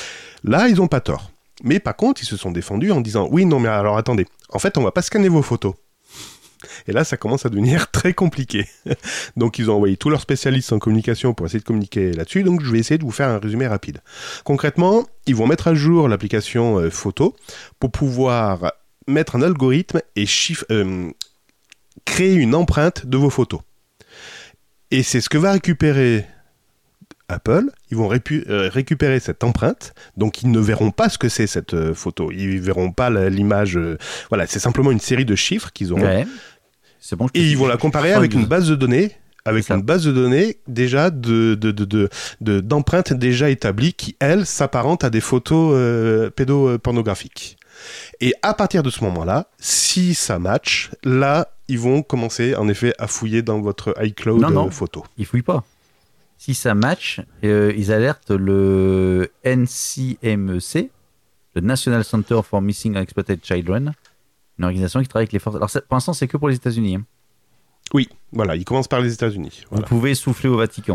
Là, ils n'ont pas tort. Mais par contre, ils se sont défendus en disant « Oui, non, mais alors attendez, en fait, on va pas scanner vos photos. » Et là, ça commence à devenir très compliqué. Donc, ils ont envoyé tous leurs spécialistes en communication pour essayer de communiquer là-dessus. Donc, je vais essayer de vous faire un résumé rapide. Concrètement, ils vont mettre à jour l'application euh, photo pour pouvoir mettre un algorithme et chiffre, euh, créer une empreinte de vos photos. Et c'est ce que va récupérer Apple. Ils vont répu- euh, récupérer cette empreinte, donc ils ne verront pas ce que c'est cette euh, photo. Ils verront pas la, l'image. Euh, voilà, c'est simplement une série de chiffres qu'ils auront. Ouais. C'est bon, et ils vont la comparer avec une base de données, avec une base de données déjà de, de, de, de, de, d'empreintes déjà établies qui, elles, s'apparentent à des photos euh, pédopornographiques. Et à partir de ce moment-là, si ça match, là, ils vont commencer en effet à fouiller dans votre iCloud non, non, euh, photo. Ils fouillent pas. Si ça match, euh, ils alertent le N C M E C, le National Center for Missing and Exploited Children, une organisation qui travaille avec les forces. Alors, pour l'instant, c'est que pour les États-Unis. Hein. Oui, voilà, ils commencent par les États-Unis. Voilà. Vous pouvez souffler au Vatican.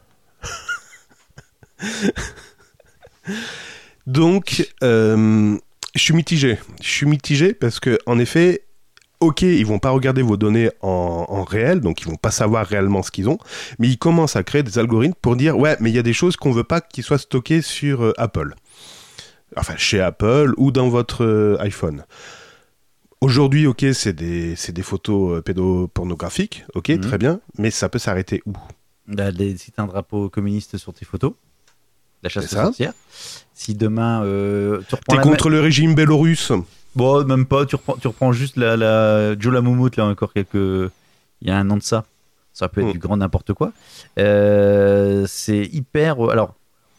Donc, euh, je suis mitigé. Je suis mitigé parce que, en effet, ok, ils vont pas regarder vos données en, en réel, donc ils vont pas savoir réellement ce qu'ils ont, mais ils commencent à créer des algorithmes pour dire ouais, mais il y a des choses qu'on veut pas qu'ils soient stockées sur euh, Apple, enfin chez Apple ou dans votre euh, iPhone. Aujourd'hui, ok, c'est des c'est des photos euh, pédopornographiques, ok, mmh. très bien, mais ça peut s'arrêter où ? Là, si t'as un drapeau communiste sur tes photos, la chasse aux sorcières. Si demain euh, tu reprends t'es contre ma... le régime bélorusse. Bon, même pas, tu reprends, tu reprends juste la, la Joe la Moumoute, là encore quelques... Il y a un an de ça. Ça peut être mmh. du grand n'importe quoi. Euh, c'est hyper... Alors,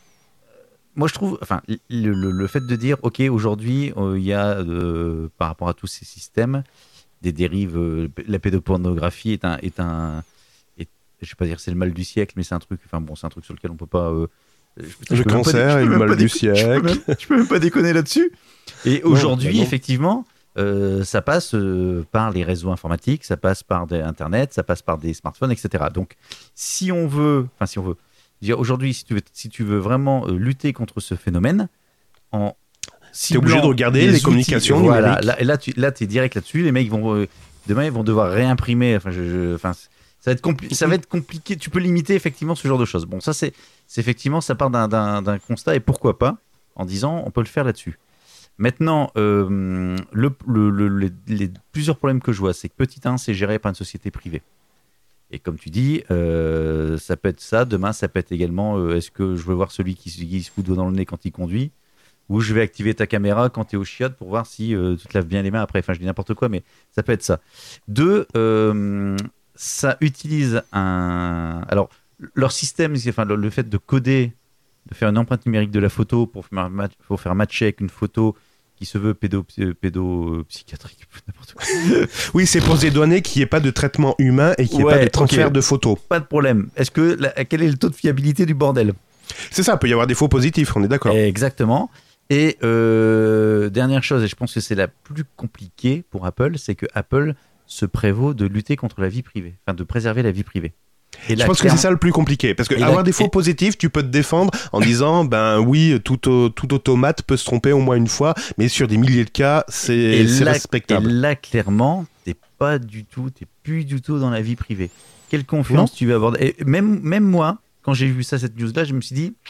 moi je trouve... Enfin, le, le, le fait de dire, ok, aujourd'hui, il euh, y a, euh, par rapport à tous ces systèmes, des dérives... Euh, la pédopornographie est un... Est un est, je vais pas dire c'est le mal du siècle, mais c'est un truc... Enfin bon, c'est un truc sur lequel on peut pas... Euh, je, le cancer et le mal du siècle. Je peux, même, je peux même pas déconner là-dessus. Et aujourd'hui, non, effectivement, euh, ça passe euh, par les réseaux informatiques, ça passe par des Internet, ça passe par des smartphones, et cetera. Donc, si on veut, enfin si on veut, dire aujourd'hui, si tu veux, si tu veux vraiment euh, lutter contre ce phénomène, en t'es obligé de regarder les, les outils, communications voilà, numériques. Là, là, tu, là, t'es direct là-dessus. Les mecs vont euh, demain, ils vont devoir réimprimer. Enfin, je, je, enfin, ça va être compli- ça va être compliqué. Tu peux limiter effectivement ce genre de choses. Bon, ça c'est, c'est effectivement, ça part d'un, d'un, d'un constat et pourquoi pas en disant, on peut le faire là-dessus. Maintenant, euh, le, le, le, les, les plusieurs problèmes que je vois, c'est que petit un, c'est géré par une société privée. Et comme tu dis, euh, ça peut être ça. Demain, ça peut être également, euh, est-ce que je veux voir celui qui, qui se fout doigt dans le nez quand il conduit, ou je vais activer ta caméra quand tu es au chiottes pour voir si euh, tu te laves bien les mains après. Enfin, je dis n'importe quoi, mais ça peut être ça. Deux, euh, ça utilise un... Alors, leur système, enfin, le, le fait de coder, de faire une empreinte numérique de la photo pour faire, pour faire matcher avec une photo qui se veut pédo, pédo psychiatrique, n'importe quoi. Oui, c'est pour se dédouaner qu'il n'y ait pas de traitement humain et qu'il n'y ait ouais, pas de transfert okay. de photos. Pas de problème. Est-ce que la, quel est le taux de fiabilité du bordel ? C'est ça, il peut y avoir des faux positifs, on est d'accord. Exactement. Et euh, dernière chose, et je pense que c'est la plus compliquée pour Apple, c'est que Apple se prévaut de lutter contre la vie privée, enfin de préserver la vie privée. Et je pense clairement... que c'est ça le plus compliqué, parce que et avoir la... des faux et... positifs, tu peux te défendre en disant ben oui, tout, tout automate peut se tromper au moins une fois, mais sur des milliers de cas, c'est, c'est là, respectable. Et là, clairement, t'es pas du tout, t'es plus du tout dans la vie privée. Quelle confiance non. tu veux aborder ? Et même, même moi, quand j'ai vu ça, cette news-là, je me suis dit,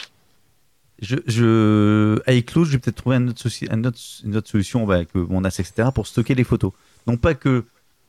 je, je, iCloud, je vais peut-être trouver un autre soci... un autre, une autre solution avec mon A S, et cetera, pour stocker les photos. Non pas que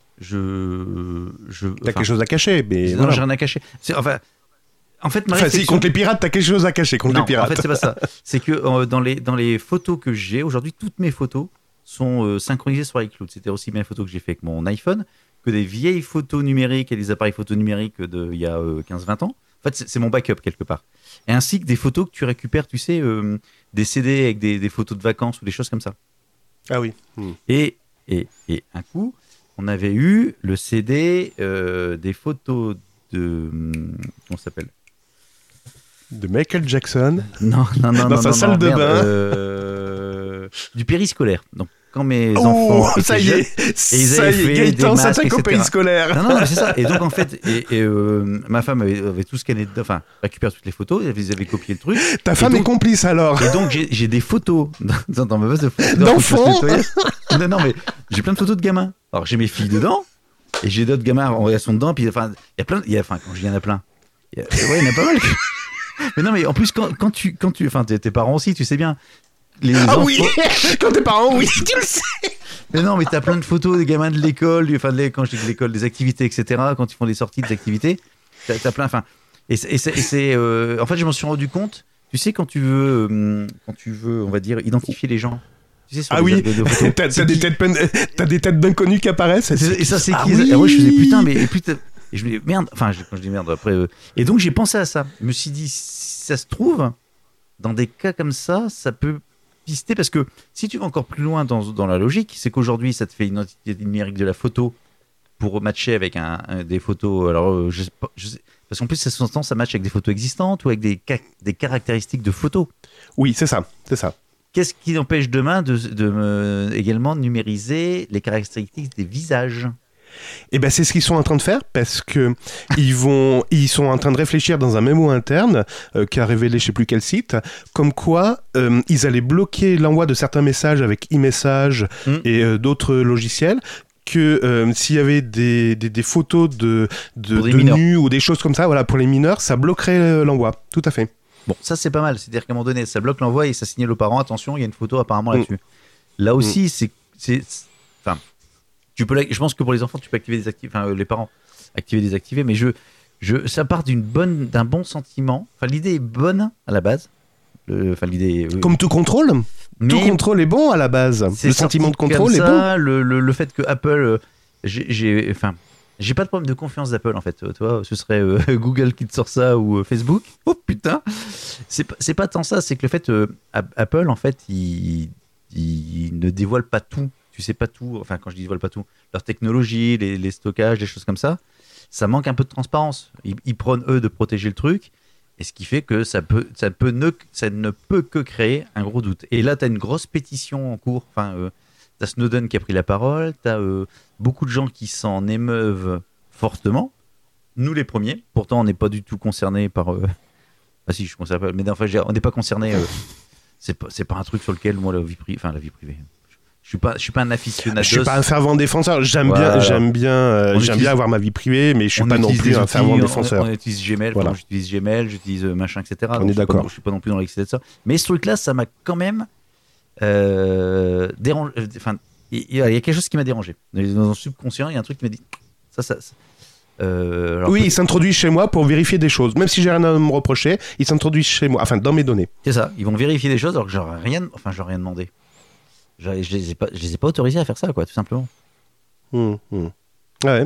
je, je t'as enfin, quelque chose à cacher, mais non, voilà. j'ai rien à cacher. C'est, enfin, en fait, ma enfin, réflexion... si contre les pirates, t'as quelque chose à cacher contre non, les pirates. En fait, c'est pas ça. C'est que euh, dans les dans les photos que j'ai aujourd'hui, toutes mes photos sont euh, synchronisées sur iCloud. C'était aussi bien les photos que j'ai fait avec mon iPhone que des vieilles photos numériques et des appareils photo numériques de il y a euh, quinze vingt ans. En fait, c'est, c'est mon backup quelque part. Et ainsi que des photos que tu récupères, tu sais, euh, des C D avec des, des photos de vacances ou des choses comme ça. Ah oui. Mmh. Et et et un coup. On avait eu le C D euh, des photos de... Comment ça s'appelle ? De Michael Jackson. Non, non, non. Dans non, sa non, salle non, de merde, bain. Euh, du périscolaire. Donc, quand mes Oh, enfants étaient ça y jeunes, est, et ils ça avaient y est, fait Gaëtan des masques, s'attaque au et cetera. pays scolaire. Non, non, mais c'est ça. Et donc, en fait, et, et, euh, ma femme avait, avait tout scanné, dedans, enfin, récupère toutes les photos, ils avaient copié le truc. Ta femme donc- est complice alors. Et donc, j'ai, j'ai des photos dans, dans ma base de photos. D'enfants. Non, non, mais j'ai plein de photos de gamins. Alors, j'ai mes filles dedans, et j'ai d'autres gamins en relation dedans, puis enfin, il y a plein, il y a, enfin, quand je dis il y en a plein, il y, a, ouais, il y en a pas mal. Mais non, mais en plus, quand, quand tu, quand tu, enfin, tes, tes parents aussi, tu sais bien. Les Ah enfants... oui, quand tes parents, oui, tu le sais. Mais non, mais t'as plein de photos des gamins de l'école, du- enfin, de l'é- quand je dis de l'école, des activités, et cetera. Quand ils font des sorties, des activités, t'as, t'as plein, enfin, et c'est, et c'est, et c'est, euh, en fait, je m'en suis rendu compte. Tu sais, quand tu veux, hum, quand tu veux, on va dire, identifier les gens. Tu sais, sur Ah les oui, algos de photos, t'as, c'est t'as des qui- têtes, pen- t'as des têtes d'inconnus qui apparaissent. c'est- Et ça, c'est Ah qui oui. Et moi, je faisais putain, mais et putain. Et je me dis merde. Enfin, je- quand je dis merde, après. euh, Et donc, j'ai pensé à ça. Je me suis dit, si ça se trouve, dans des cas comme ça, ça peut pister parce que si tu vas encore plus loin dans, dans la logique, c'est qu'aujourd'hui, ça te fait une identité numérique de la photo pour matcher avec un, un- des photos. Alors, euh, je sais pas, je sais- parce qu'en plus, ça s'entend, ça matche avec des photos existantes ou avec des, ca- des caractéristiques de photos. Oui, c'est ça, c'est ça. Qu'est-ce qui empêche demain de, de me- également numériser les caractéristiques des visages? Et ben c'est ce qu'ils sont en train de faire parce que ils vont, ils sont en train de réfléchir dans un mémo interne euh, qui a révélé je sais plus quel site, comme quoi euh, ils allaient bloquer l'envoi de certains messages avec e-message Mm. et euh, d'autres logiciels. Que euh, s'il y avait des, des, des photos de, de, Pour des de mineurs. nus ou des choses comme ça, voilà, pour les mineurs, ça bloquerait euh, l'envoi. Tout à fait. Bon, ça c'est pas mal. C'est-à-dire qu'à un moment donné, ça bloque l'envoi et ça signale aux parents. Attention, il y a une photo apparemment Mm. là-dessus. Là aussi, c'est, c'est, c'est- enfin, tu peux. la- Je pense que pour les enfants, tu peux activer, désactiver. Enfin, euh, les parents activer, désactiver. Mais je, je, ça part d'une bonne, d'un bon sentiment. Enfin, l'idée est bonne à la base. Le- Enfin, l'idée. euh, Comme tout contrôle, mais tout contrôle est bon à la base. c'est Le sentiment de sorti contrôle comme est bon. ça, Le, le, le fait que Apple, euh, j'ai, j'ai, enfin. J'ai pas de problème de confiance d'Apple en fait. Euh, Toi, ce serait euh, Google qui te sort ça ou euh, Facebook. Oh putain. C'est pas, c'est pas tant ça, c'est que le fait euh, App- Apple en fait, il, il ne dévoile pas tout. Tu sais pas tout. Enfin, quand je dis dévoile pas tout, leur technologie, les, les stockages, des choses comme ça, ça manque un peu de transparence. Ils, ils prônent eux de protéger le truc, et ce qui fait que ça peut, ça peut ne, ça ne peut que créer un gros doute. Et là, tu as une grosse pétition en cours. Enfin, euh, t'as Snowden qui a pris la parole, t'as euh, beaucoup de gens qui s'en émeuvent fortement. Nous les premiers. Pourtant, on n'est pas du tout concernés par. Euh... Ah si, je suis concerné. Mais enfin, je veux dire, on n'est pas concernés. Euh... C'est pas, c'est pas un truc sur lequel moi la vie privée, enfin la vie privée. Je suis pas, je suis pas un aficionado. Je suis pas un fervent défenseur. J'aime Voilà. bien, j'aime bien, euh, On j'aime utilise- bien avoir ma vie privée, mais je suis On pas non utilise plus des un outils, fervent on- défenseur. On, on utilise Gmail, Voilà. voilà. J'utilise Gmail, j'utilise euh, machin, et cetera. On Donc, est je suis pas d'accord. non- Je suis pas non plus dans l'excès de ça. Mais ce truc-là, ça m'a quand même euh, dérangé. Enfin, il y, a il y a quelque chose qui m'a dérangé. Dans le subconscient, il y a un truc qui m'a dit ça, ça. ça. Euh, alors Oui, peut- il s'introduit chez moi pour vérifier des choses. Même si j'ai rien à me reprocher, il s'introduit chez moi, enfin dans mes données. c'est ça. Ils vont vérifier des choses alors que j'aurais rien, enfin j'aurais rien demandé. J'aurais- Je les ai pas, je les ai pas autorisés à faire ça, quoi, tout simplement. Hum, hum. Ouais.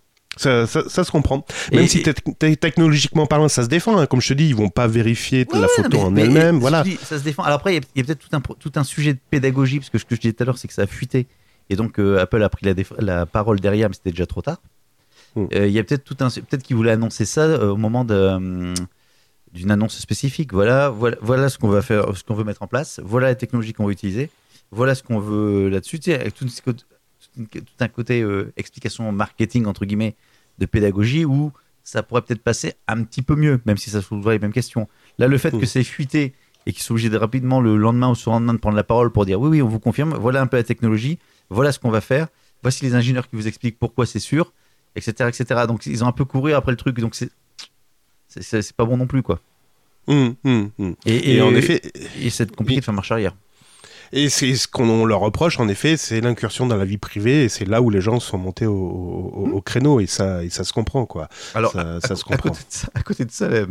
Ça, ça, ça se comprend. Même Et- si te- te- technologiquement parlant, ça se défend. hein. Comme je te dis, ils vont pas vérifier Ouais, la ouais, photo mais- en mais- elle-même. et- Voilà. je dis, ça se défend. Alors après, il y a, il y a peut-être tout un, pro- tout un sujet de pédagogie, parce que ce que je disais tout à l'heure, c'est que ça a fuité. Et donc, euh, Apple a pris la, déf- la parole derrière, mais c'était déjà trop tard. Mm. Euh, Il y a peut-être tout un, peut-être qu'ils voulaient annoncer ça euh, au moment de, hum, d'une annonce spécifique. Voilà, voilà, voilà ce qu'on va faire, ce qu'on veut mettre en place. Voilà la technologie qu'on va utiliser. Voilà ce qu'on veut là-dessus. Tu sais, avec tout, tout, tout un côté euh, explication marketing entre guillemets de pédagogie où ça pourrait peut-être passer un petit peu mieux, même si ça soulèverait les mêmes questions. Là, le fait Mm. que c'est fuité et qu'ils sont obligés de rapidement le lendemain ou le surlendemain de prendre la parole pour dire oui, oui, on vous confirme, voilà un peu la technologie, voilà ce qu'on va faire, voici les ingénieurs qui vous expliquent pourquoi c'est sûr, et cetera, et cetera. Donc ils ont un peu couru après le truc, donc c'est c'est, c'est, c'est pas bon non plus, quoi. Hum, hum, hum. Et, Et en effet, et c'est compliqué de faire marche arrière. et c'est ce qu'on leur reproche, en effet, c'est l'incursion dans la vie privée, et c'est là où les gens sont montés au, au- au créneau, et ça, et ça se comprend, quoi. Alors, Ça- à, ça à- se à comprend. côté de ça, à côté de ça, là,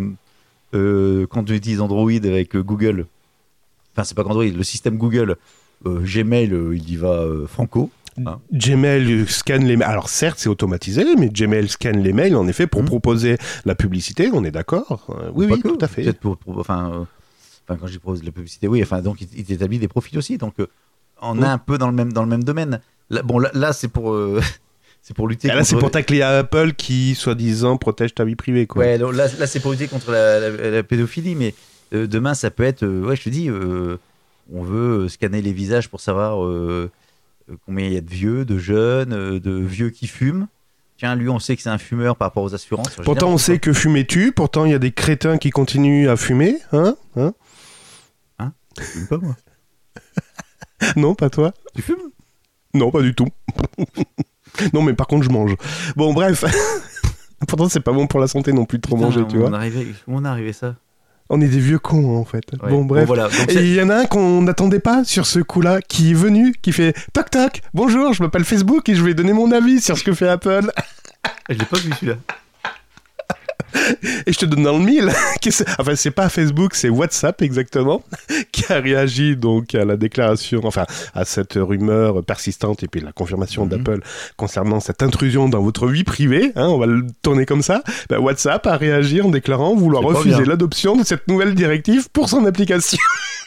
euh, quand tu utilises Android avec euh, Google, enfin c'est pas qu'Android, le système Google, euh, Gmail, euh, il y va euh, franco. Ah. Gmail scanne les mails. Alors certes, c'est automatisé, mais Gmail scanne les mails en effet pour Mhm. proposer la publicité. On est d'accord. Euh, Oui, Pas oui, que, tout à fait. Peut-être pour, pour- enfin, euh, enfin, quand je propose de la publicité, oui. Enfin, donc il, il établit des profils aussi. Donc euh, on Mhm. est un peu dans le même dans le même domaine. Là, bon, là, là, c'est pour euh, c'est pour lutter. Et là, contre... c'est pour tacler à Apple qui, soi-disant, protège ta vie privée, quoi. Ouais, alors là, là c'est pour lutter contre la, la- la pédophilie, mais euh, demain, ça peut être. euh, ouais, je te dis, euh, on veut scanner les visages pour savoir euh, euh, combien il y a de vieux, de jeunes, euh, de vieux qui fument. Tiens, lui, on sait que c'est un fumeur par rapport aux assurances. Pourtant, on sait que fumer tue. Pourtant, il y a des crétins qui continuent à fumer. Hein, hein Hein Je fume pas, moi. Non, pas toi. Tu fumes? Non, pas du tout. Non, mais par contre, je mange. Bon, bref. Pourtant, c'est pas bon pour la santé non plus de trop Putain, manger, on tu vois. Arrivait... Comment on est arrivé ça? On est des vieux cons, en fait. Ouais. Bon, bref. Bon, voilà. Donc, Et il y en a un qu'on n'attendait pas sur ce coup-là, qui est venu, qui fait « Toc toc, bonjour, je m'appelle Facebook et je vais donner mon avis sur ce que fait Apple. » Je l'ai pas vu celui-là. Et je te donne dans le mille. Enfin, c'est pas Facebook, c'est WhatsApp exactement, qui a réagi donc à la déclaration, enfin, à cette rumeur persistante et puis la confirmation Mm-hmm. d'Apple concernant cette intrusion dans votre vie privée. Hein, on va le tourner comme ça. Ben, WhatsApp a réagi en déclarant vouloir C'est pas refuser bien. l'adoption de cette nouvelle directive pour son application.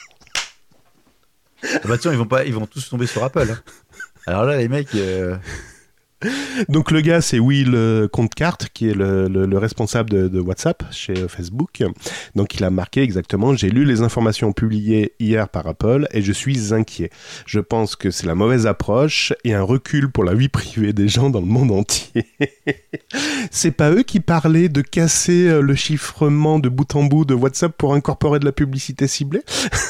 Ah bah tiens, ils vont pas, ils vont tous tomber sur Apple. Hein. Alors là, les mecs. Euh... Donc le gars, c'est Will Contcart, qui est le, le, le responsable de, de WhatsApp chez Facebook. Donc il a marqué exactement « J'ai lu les informations publiées hier par Apple et je suis inquiet. Je pense que c'est la mauvaise approche et un recul pour la vie privée des gens dans le monde entier. » C'est pas eux qui parlaient de casser le chiffrement de bout en bout de WhatsApp pour incorporer de la publicité ciblée?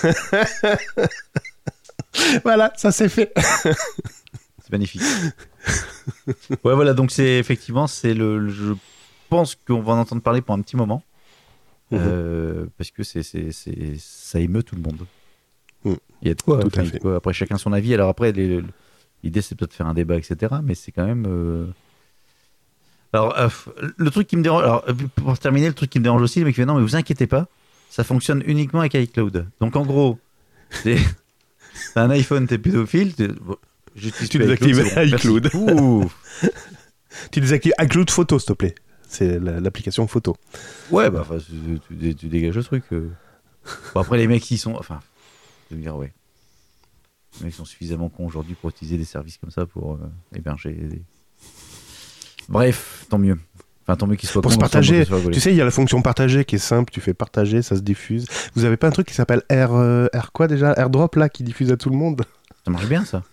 Voilà, ça c'est fait. C'est magnifique. Ouais, voilà, donc c'est effectivement, c'est le, le- je pense qu'on va en entendre parler pour un petit moment. Mhm. Euh, parce que c'est, c'est, c'est, ça émeut tout le monde. Mhm. Il y a de quoi, Tout enfin, à il y a de fait. quoi. Après, chacun son avis. Alors après, les- l'idée, c'est peut-être de faire un débat, et cetera. Mais c'est quand même. euh, Alors, euh, le truc qui me dérange. Alors, euh, pour terminer, le truc qui me dérange aussi, le mec qui fait non, mais vous inquiétez pas, ça fonctionne uniquement avec iCloud. Donc, en gros, c'est t'as un iPhone, t'es pédophile. T'es... bon, j'utilise Tu plus désactives c'est bon, iCloud. merci. Ouh. Tu désactives iCloud Photo, s'il te plaît. C'est la- l'application photo. Ouais, bah, enfin, tu, tu- tu dégages le truc. euh. Bon, après, les mecs, ils sont. Enfin, je veux dire, ouais. Les mecs sont suffisamment cons aujourd'hui pour utiliser des services comme ça pour euh, héberger des. Bref, tant mieux. Enfin, tant mieux qu'ils soient Pour cons, se comme ça, on partager, peut se rigoler. tu sais, il y a la fonction partager qui est simple, tu fais partager, ça se diffuse. Vous avez pas un truc qui s'appelle Air, euh, Air quoi déjà AirDrop là, qui diffuse à tout le monde? Ça marche bien, ça.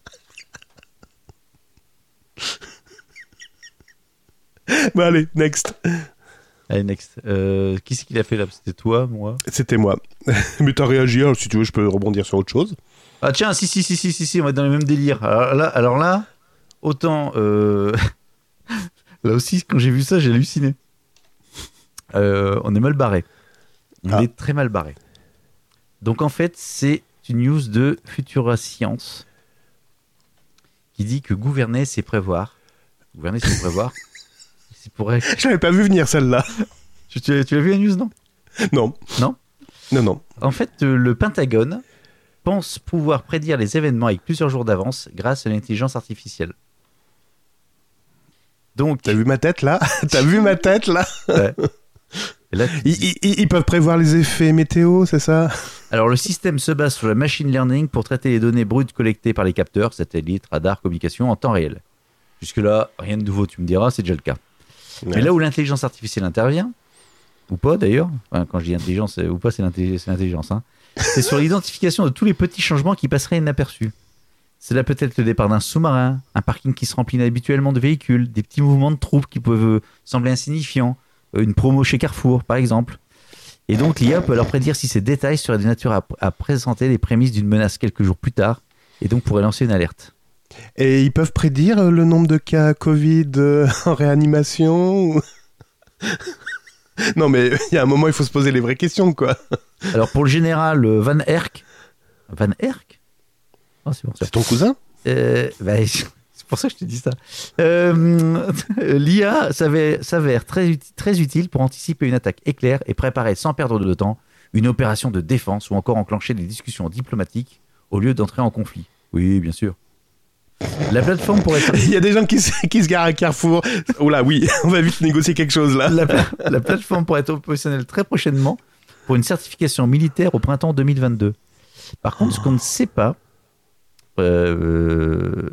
Bah allez, next. Allez, next. Euh, qui c'est qui l'a fait là? C'était toi, moi? C'était moi. Mais t'as réagi, alors si tu veux, je peux rebondir sur autre chose. Ah, tiens, si, si, si, si, si, si, on va être dans le même délire. Alors là, alors là autant. euh, Là aussi, quand j'ai vu ça, j'ai halluciné. Euh, on est mal barré. On Ah. est très mal barré. Donc en fait, c'est une news de Futura Science qui dit que gouverner, c'est prévoir. Gouverner, c'est prévoir. C'est pour... Je l'avais pas vu venir celle-là. Tu, tu, tu l'as vu la news, non? Non. Non Non, non. En fait, euh, le Pentagone pense pouvoir prédire les événements avec plusieurs jours d'avance grâce à l'intelligence artificielle. Donc, T'as vu ma tête là? T'as vu ma tête là? ouais. Et là, tu ils, dis- ils- ils peuvent prévoir les effets météo, c'est ça? Alors, le système se base sur le machine learning pour traiter les données brutes collectées par les capteurs, satellites, radars, communications en temps réel. Jusque-là, rien de nouveau, tu me diras, c'est déjà le cas. Mais Ouais. là où l'intelligence artificielle intervient, ou pas d'ailleurs, enfin, quand je dis intelligence euh, ou pas, c'est l'intelli- c'est l'intelligence, hein, c'est sur l'identification de tous les petits changements qui passeraient inaperçus. Cela peut être le départ d'un sous-marin, un parking qui se remplit inhabituellement de véhicules, des petits mouvements de troupes qui peuvent euh, sembler insignifiants, euh, une promo chez Carrefour par exemple. Et donc l'I A peut alors prédire si ces détails seraient de nature à, à présenter les prémices d'une menace quelques jours plus tard, et donc pourrait lancer une alerte. Et ils peuvent prédire euh, le nombre de cas Covid euh, en réanimation ou- Non mais il y a un moment, il faut se poser les vraies questions, quoi. Alors pour le général euh, Van Herk, Van Herk oh, c'est bon ça. C'est ton cousin? Euh, bah, c'est pour ça que je te dis ça. Euh, L'I A s'avère, s'avère très, uti- très utile pour anticiper une attaque éclair et préparer sans perdre de temps une opération de défense ou encore enclencher des discussions diplomatiques au lieu d'entrer en conflit. Oui, bien sûr. La plateforme pourrait être... Il y a des gens qui se, qui se garent à Carrefour. Oh là, oui, on va vite négocier quelque chose là. La, la plateforme pourrait être opérationnelle très prochainement pour une certification militaire au printemps deux mille vingt-deux. Par contre, ce qu'on ne sait pas, euh,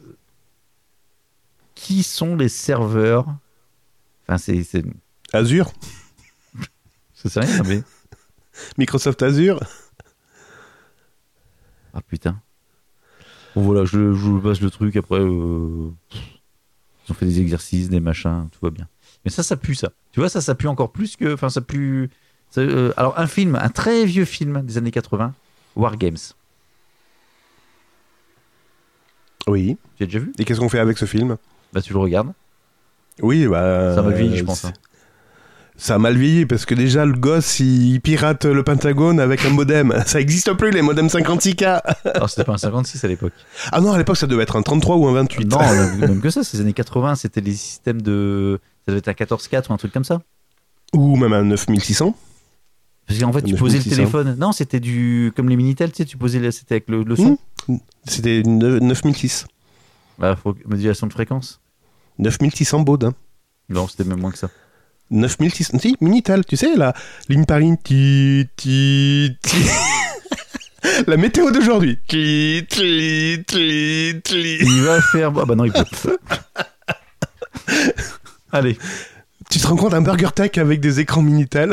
qui sont les serveurs. Enfin, c'est, c'est, Azure, ça sert à rien, mais Microsoft Azure. ah putain. Bon, voilà, je, je passe le truc. Après, euh... ils ont fait des exercices, des machins, tout va bien. Mais ça, ça pue, ça. Tu vois, ça, ça pue encore plus que... Enfin, ça pue... Ça, euh... Alors, un film, un très vieux film des années quatre-vingts, War Games. Oui. Tu as déjà vu ? Et qu'est-ce qu'on fait avec ce film ? Bah, tu le regardes. Oui, bah... Ça m'a vieilli, je pense. Hein. Ça a mal vieilli parce que déjà le gosse il pirate le Pentagone avec un modem. Ça existe plus les modems cinquante-six K. Alors c'était pas un cinquante-six à l'époque. Ah non, à l'époque ça devait être un trente-trois ou un vingt-huit. Non, même, même que ça, ces années quatre-vingts, c'était les systèmes de... Ça devait être un quatorze quatre ou un truc comme ça. Ou même un neuf mille six cents. Parce qu'en fait tu posais le téléphone. Non, c'était du... Comme les Minitel, tu sais, tu posais... C'était avec le, le son. Mmh. C'était neuf mille six. Bah, faut... modulation de fréquence. neuf mille six cents baud. Hein. Non, c'était même moins que ça. neuf mille six cents, si, Minitel, tu sais, la ligne par ligne, ti, ti, ti. La météo d'aujourd'hui. Tli, tli, tli, tli. Il va faire... Ah bah non, il peut. Allez. Tu te rends compte, un Burger Tech avec des écrans Minitel.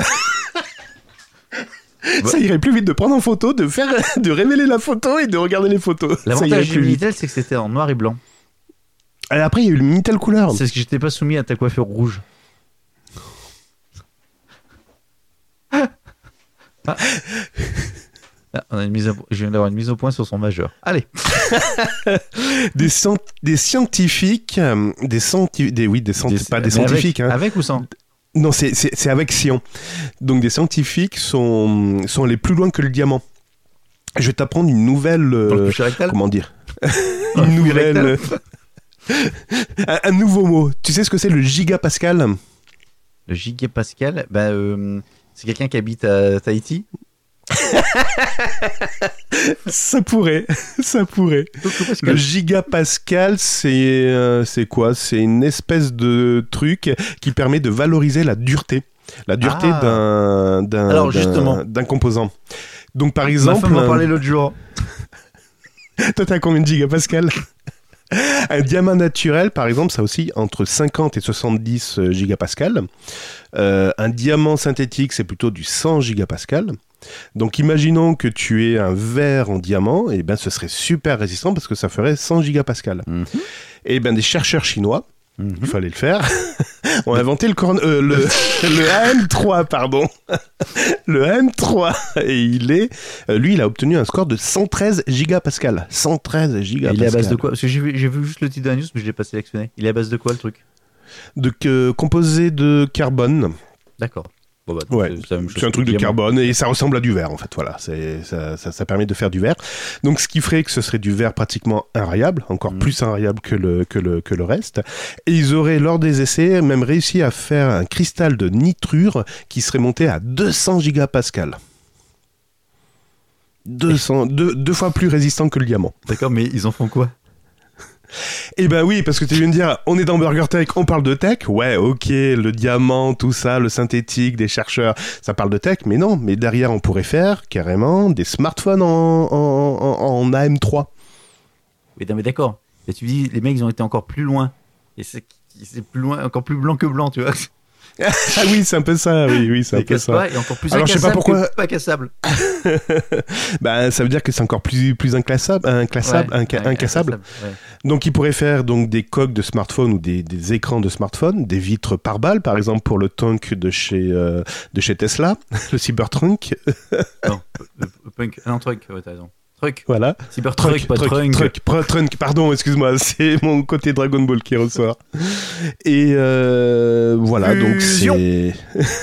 Ouais. Ça irait plus vite de prendre en photo, de faire, de révéler la photo et de regarder les photos. L'avantage du Minitel, c'est que c'était en noir et blanc. Et après, il y a eu le Minitel couleur. C'est ce que j'étais pas soumis à ta coiffure rouge. Ah. Ah, on a une mise à... Je viens d'avoir une mise au point sur son majeur. Allez. des, scient... des scientifiques, euh, des, centi... des oui, des, centi... des... pas des scientifiques. Avec, hein. avec ou sans ? Non, c'est, c'est, c'est avec Sion. Donc des scientifiques sont, sont allés plus loin que le diamant. Je vais t'apprendre une nouvelle... Euh... Comment dire Une nouvelle... euh... un, un nouveau mot. Tu sais ce que c'est le gigapascal ? Le gigapascal, bah, euh, c'est quelqu'un qui habite à Tahiti. Ça pourrait, ça pourrait. Le gigapascal, c'est, euh, c'est quoi ? C'est une espèce de truc qui permet de valoriser la dureté, la dureté ah. d'un, d'un, Alors, d'un, justement. d'un composant. Donc par exemple, ma femme m'en parlait l'autre jour. Toi, t'as combien de gigapascal ? Un diamant naturel, par exemple, ça aussi entre cinquante et soixante-dix gigapascal. Euh, un diamant synthétique, c'est plutôt du cent gigapascal. Donc, imaginons que tu aies un verre en diamant, et ben, ce serait super résistant parce que ça ferait cent gigapascal. Mm-hmm. Et ben, des chercheurs chinois, mm-hmm. il fallait le faire, ont inventé le, corn- euh, le, le A M trois, pardon. Le A M trois. Et il est, euh, lui, il a obtenu un score de cent treize gigapascal. cent treize gigapascal. Il est à base de quoi ? Parce que j'ai vu, j'ai vu juste le titre de la news, mais je l'ai pas sélectionné. Il est à base de quoi, le truc ? De euh, composé de carbone. D'accord. Bon bah, ouais, c'est, c'est un truc de carbone et ça ressemble à du verre en fait. Voilà, c'est, ça, ça, ça permet de faire du verre. Donc ce qui ferait que ce serait du verre pratiquement invariable, encore mmh. plus invariable que le, que, le, que le reste. Et ils auraient lors des essais même réussi à faire un cristal de nitrure qui serait monté à deux cents gigapascal. deux cents, deux, deux fois plus résistant que le diamant. D'accord, mais ils en font quoi ? Eh ben oui, parce que tu viens de dire, on est dans Burger Tech, on parle de tech. Ouais, ok, le diamant, tout ça, le synthétique, des chercheurs, ça parle de tech, mais non, mais derrière, on pourrait faire carrément des smartphones en, en, en, en A M trois. Oui, non, mais d'accord. Et tu dis, les mecs, ils ont été encore plus loin. Et c'est, c'est plus loin, encore plus blanc que blanc, tu vois. Ah oui, c'est un peu ça, oui, oui, c'est un peu ça. Pas, et encore plus Alors, incassable je sais pas pourquoi... que pas cassable. Bah, ça veut dire que c'est encore plus, plus inclassable, inclassable, ouais, inca- ouais, incassable. incassable ouais. Donc, ils pourraient faire donc, des coques de smartphone ou des, des écrans de smartphone, des vitres par balle, par exemple, pour le tank de chez, euh, de chez Tesla, le Cybertruck. Non, le, le punk, non, truck, ouais, t'as raison. Truck. Voilà. Cybertruck, pas trunk. Truck, truck, trunk, pardon, excuse-moi, c'est mon côté Dragon Ball qui ressort. Et euh, voilà, Fusion. Donc c'est...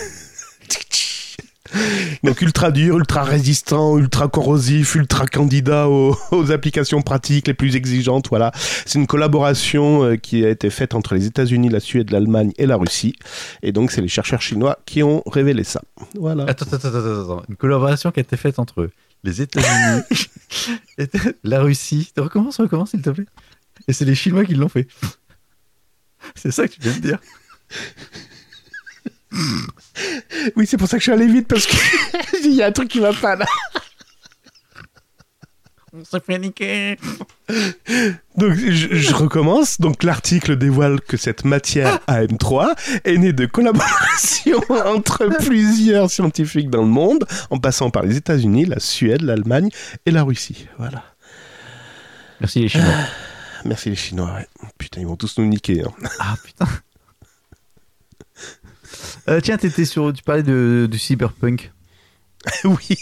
Donc ultra dur, ultra résistant, ultra corrosif, ultra candidat aux, aux applications pratiques les plus exigeantes, voilà. C'est une collaboration euh, qui a été faite entre les États-Unis, la Suède, l'Allemagne et la Russie. Et donc c'est les chercheurs chinois qui ont révélé ça. Voilà. Attends, attends, attends, attends. Une collaboration qui a été faite entre les États-Unis et la Russie. Recommence, recommence s'il te plaît. Et c'est les Chinois qui l'ont fait. C'est ça que tu viens de dire. Oui, c'est pour ça que je suis allé vite, parce qu'il y a un truc qui va pas là. On s'est fait niquer. Donc, je, je recommence. Donc, l'article dévoile que cette matière A M trois est née de collaboration entre plusieurs scientifiques dans le monde, en passant par les États-Unis, la Suède, l'Allemagne et la Russie. Voilà. Merci les Chinois. Merci les Chinois, ouais. Putain, ils vont tous nous niquer. Hein. Ah putain. Euh, tiens, t'étais sur, tu parlais de, du cyberpunk. Oui.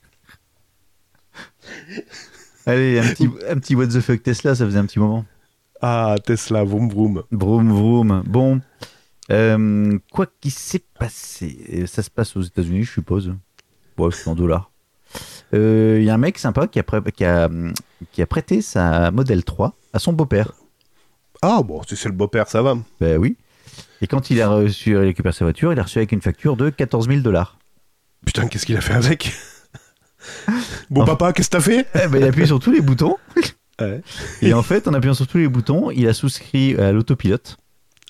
Allez, un petit, un petit what the fuck Tesla, ça faisait un petit moment. Ah, Tesla, vroom vroom. Vroom vroom. Bon, euh, quoi qu'il s'est passé, ça se passe aux États-Unis, je suppose. Bon, c'est en dollars. Il euh, y a un mec sympa qui a, pré- qui, a, qui a prêté sa Model trois à son beau-père. Ah bon, si c'est le beau-père, ça va. Ben oui. Et quand il a reçu, il récupère sa voiture, il a reçu avec une facture de quatorze mille dollars. Putain, qu'est-ce qu'il a fait avec? Bon enfin, papa, qu'est-ce que t'as fait? Eh ben, il a appuyé sur tous les boutons. Ouais. Et en fait, en appuyant sur tous les boutons, il a souscrit à l'autopilote.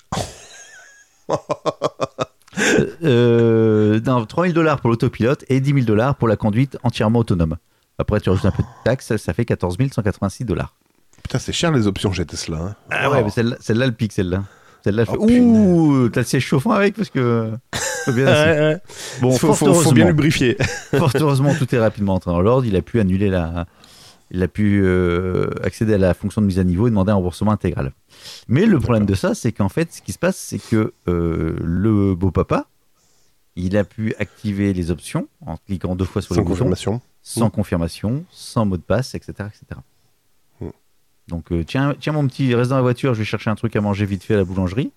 euh, non, trois mille dollars pour l'autopilote et dix mille dollars pour la conduite entièrement autonome. Après, tu rajoutes un peu de taxes, ça fait quatorze mille cent quatre-vingt-six dollars. Putain, c'est cher les options chez Tesla. Hein. Ah ouais, mais celle-là, celle-là le pique, celle-là. Celle-là, je Oh, fais, ouh, t'as le siège chauffant avec parce que. Faut bien ouais, ouais. Bon, faut, fort faut, heureusement, faut bien lubrifier. fort heureusement, tout est rapidement entré dans l'ordre. Il a pu annuler la. Il a pu euh, accéder à la fonction de mise à niveau et demander un remboursement intégral. Mais le problème de ça, c'est qu'en fait, ce qui se passe, c'est que euh, le beau papa, il a pu activer les options en cliquant deux fois sur Sans le bouton, confirmation. sans Mmh. confirmation, sans mot de passe, et cetera, et cetera. Mmh. Donc, euh, tiens, tiens, mon petit, reste dans la voiture, je vais chercher un truc à manger vite fait à la boulangerie.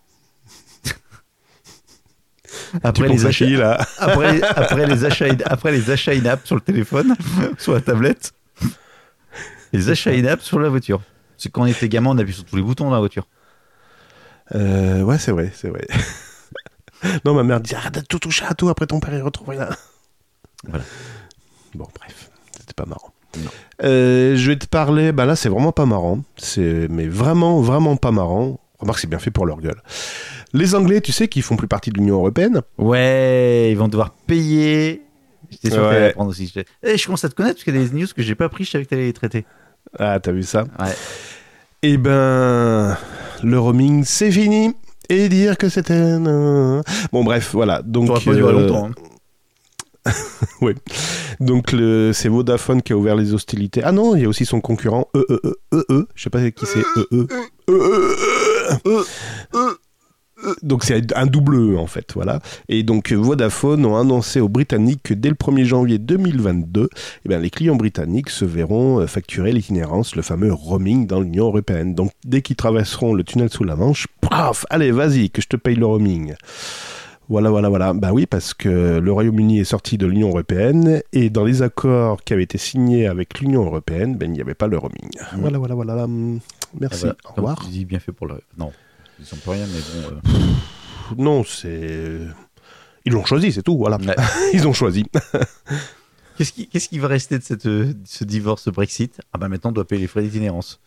Après les, achats, là. après, après, les achats, après les achats in-app sur le téléphone, sur la tablette, les achats in-app sur la voiture. C'est quand on était gamin, on appuie sur tous les boutons dans la voiture. Euh, ouais, c'est vrai, c'est vrai. Non, ma mère dit arrête de tout toucher à tout, après ton père il retrouve là. Voilà. Bon, bref, c'était pas marrant. Non. Euh, je vais te parler, bah là c'est vraiment pas marrant, c'est mais vraiment, vraiment pas marrant. Remarque, c'est bien fait pour leur gueule. Les Anglais, tu sais, qui font plus partie de l'Union Européenne. Ouais, ils vont devoir payer. J'étais sûr Ouais. que t'allais apprendre aussi. Je... Eh, je commence à te connaître parce qu'il y a des news que j'ai pas pris, je savais que t'allais les traiter. Ah, t'as vu ça? Ouais. Eh ben, le roaming, c'est fini. Et dire que c'était... un- Bon, bref, voilà. Donc, Ça aurait pas duré euh, longtemps. Hein. Oui. Donc, le... c'est Vodafone qui a ouvert les hostilités. Ah non, il y a aussi son concurrent, E E E E E. Je sais pas qui c'est, E E. E E E E. Donc c'est un double E en fait, voilà. Et donc Vodafone ont annoncé aux Britanniques que dès le premier janvier deux mille vingt-deux, eh bien, les clients britanniques se verront facturer l'itinérance, le fameux roaming dans l'Union Européenne. Donc dès qu'ils traverseront le tunnel sous la Manche, paf, allez vas-y que je te paye le roaming. Voilà, voilà, voilà. Bah oui, parce que le Royaume-Uni est sorti de l'Union Européenne et dans les accords qui avaient été signés avec l'Union Européenne, ben, il n'y avait pas le roaming. Mmh. Voilà, voilà, voilà. Merci. Ah, voilà. Au Comme revoir. tu dis, bien fait pour le. Non, ils sont pas rien, mais bon. Euh... Non, c'est... Ils l'ont choisi, c'est tout, voilà. Ouais. Ils ont choisi. Qu'est-ce qui, qu'est-ce qui va rester de cette, euh, ce divorce Brexit? Ah bah maintenant, on doit payer les frais d'itinérance.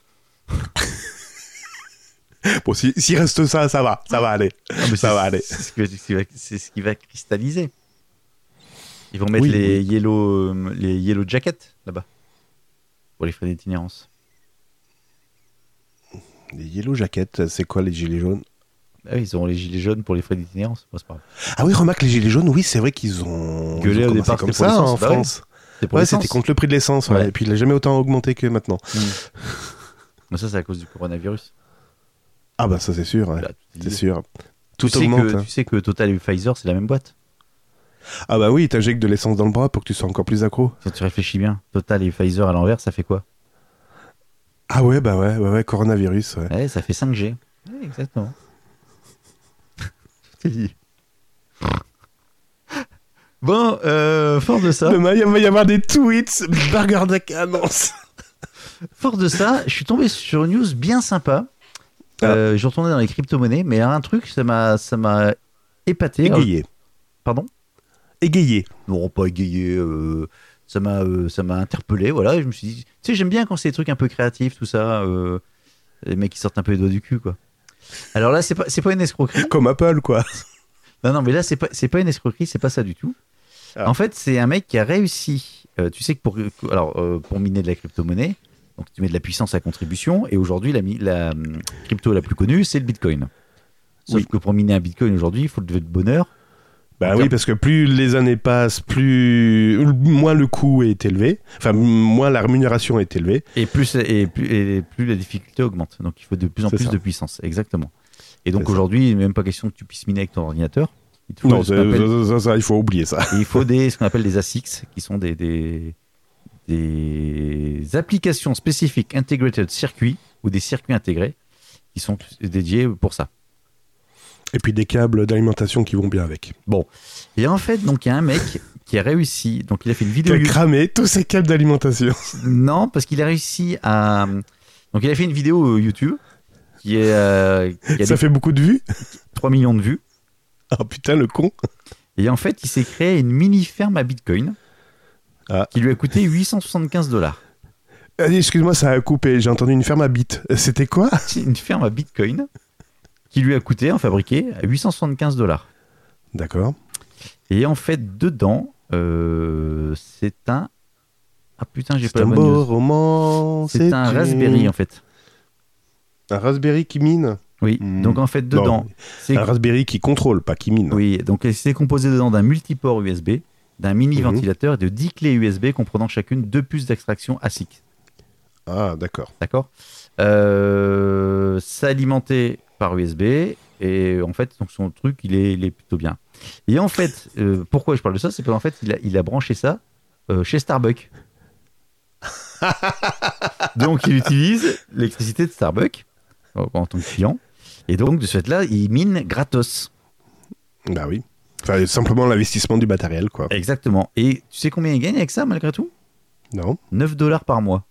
Bon, si- s'il reste ça, ça va. Ça va aller. Ah, mais Ça c'est- va aller. C'est ce, qui va, c'est ce qui va- c'est ce qui va cristalliser. Ils vont mettre Oui, les, oui. yellow, euh, les yellow jackets là-bas pour les frais d'itinérance. Les yellow jackets, c'est quoi les gilets jaunes? Ah oui, ils auront les gilets jaunes pour les frais d'itinérance. Bon, c'est pas grave. Ah oui, remarque, les gilets jaunes, oui, c'est vrai qu'ils ont... Gueulé ils ont au commencé départ, comme c'était pour ça l'essence, en bah ouais. France. C'est pour Ouais, l'essence. c'était contre le prix de l'essence, ouais. Ouais. Et puis il n'a jamais autant augmenté que maintenant. Mmh. Mais ça, c'est à cause du coronavirus. Ah bah ça, c'est sûr. Ouais. Là, tout est C'est lié. sûr. Tout tu sais augmente. que, hein. tu sais que Total et Pfizer, c'est la même boîte. Ah bah oui, t'injectes de l'essence dans le bras pour que tu sois encore plus accro. Quand tu réfléchis bien, Total et Pfizer à l'envers, ça fait quoi? Ah ouais, bah ouais, ouais, ouais, coronavirus, ouais. Ouais, ça fait cinq G. Ouais, exactement. Tout est lié. Bon, euh, fort de ça, Demain, il va y avoir des tweets. Burger Deck annonce. fort de ça, je suis tombé sur une news bien sympa. Ah. Euh, je retournais dans les crypto-monnaies, mais un truc, ça m'a, ça m'a épaté. Égayé. Pardon? Égayé. Non, pas égayé. euh, ça m'a, euh, ça m'a interpellé. Voilà, et je me suis dit, tu sais, j'aime bien quand c'est des trucs un peu créatifs, tout ça. euh, les mecs qui sortent un peu les doigts du cul, quoi. Alors là, c'est pas, c'est pas une escroquerie. Comme Apple, quoi. Non, non, mais là, c'est pas, c'est pas une escroquerie, c'est pas ça du tout. Ah. En fait, c'est un mec qui a réussi. euh, tu sais que pour, alors, euh, pour miner de la crypto-monnaie, donc tu mets de la puissance à contribution, et aujourd'hui, la, mi- la hum, crypto la plus connue, c'est le Bitcoin. Sauf Oui. que pour miner un Bitcoin aujourd'hui, il faut de bonheur. Bah En oui, termes- parce que plus les années passent, plus moins le coût est élevé, enfin moins la rémunération est élevée. Et plus, et, plus, et plus la difficulté augmente. Donc il faut de plus en C'est plus ça. de puissance. Exactement. Et donc C'est ça. aujourd'hui, il n'est même pas question que tu puisses miner avec ton ordinateur. Il te faut, Non, ce ça, qu'on appelle, ça, ça, ça, il faut oublier ça. il faut des, ce qu'on appelle des A S I C, qui sont des, des, des applications spécifiques integrated circuits ou des circuits intégrés qui sont dédiés pour ça. Et puis des câbles d'alimentation qui vont bien avec. Et en fait, donc il y a un mec qui a réussi. Donc il a fait une Tu vidéo. as YouTube- cramé tous ces câbles d'alimentation. Non, parce qu'il a réussi à. Donc il a fait une vidéo YouTube qui, est, euh, qui a Ça des fait beaucoup de vues. trois millions de vues. Oh putain, le con. Et en fait, il s'est créé une mini ferme à Bitcoin Ah. qui lui a coûté huit cent soixante-quinze dollars. Allez, excuse-moi, ça a coupé. J'ai entendu une ferme à bit. C'était quoi? C'est une ferme à Bitcoin qui lui a coûté, en fabriqué, à huit cent soixante-quinze dollars. D'accord. Et en fait, dedans, euh, c'est un. Ah putain, j'ai C'est pas la un bonne beau news. roman. C'est un une- Raspberry, en fait. Un Raspberry qui mine. Oui. Hmm. Donc en fait, dedans, Non, c'est. un Raspberry qui contrôle, pas qui mine. Oui, donc c'est composé dedans d'un multiport U S B, d'un mini Mhm. ventilateur et de dix clés U S B comprenant chacune deux puces d'extraction A S I C. Ah, d'accord. D'accord euh, C'est alimenté par U S B et en fait, donc son truc, il est, il est plutôt bien. Et en fait, euh, pourquoi je parle de ça? C'est qu'en fait, il a, il a branché ça euh, chez Starbucks. Donc, il utilise l'électricité de Starbucks en, en tant que client. Et donc, de ce fait-là, il mine gratos. Bah oui. Enfin, simplement l'investissement du matériel, quoi. Exactement. Et tu sais combien il gagne avec ça, malgré tout? Non. neuf dollars par mois.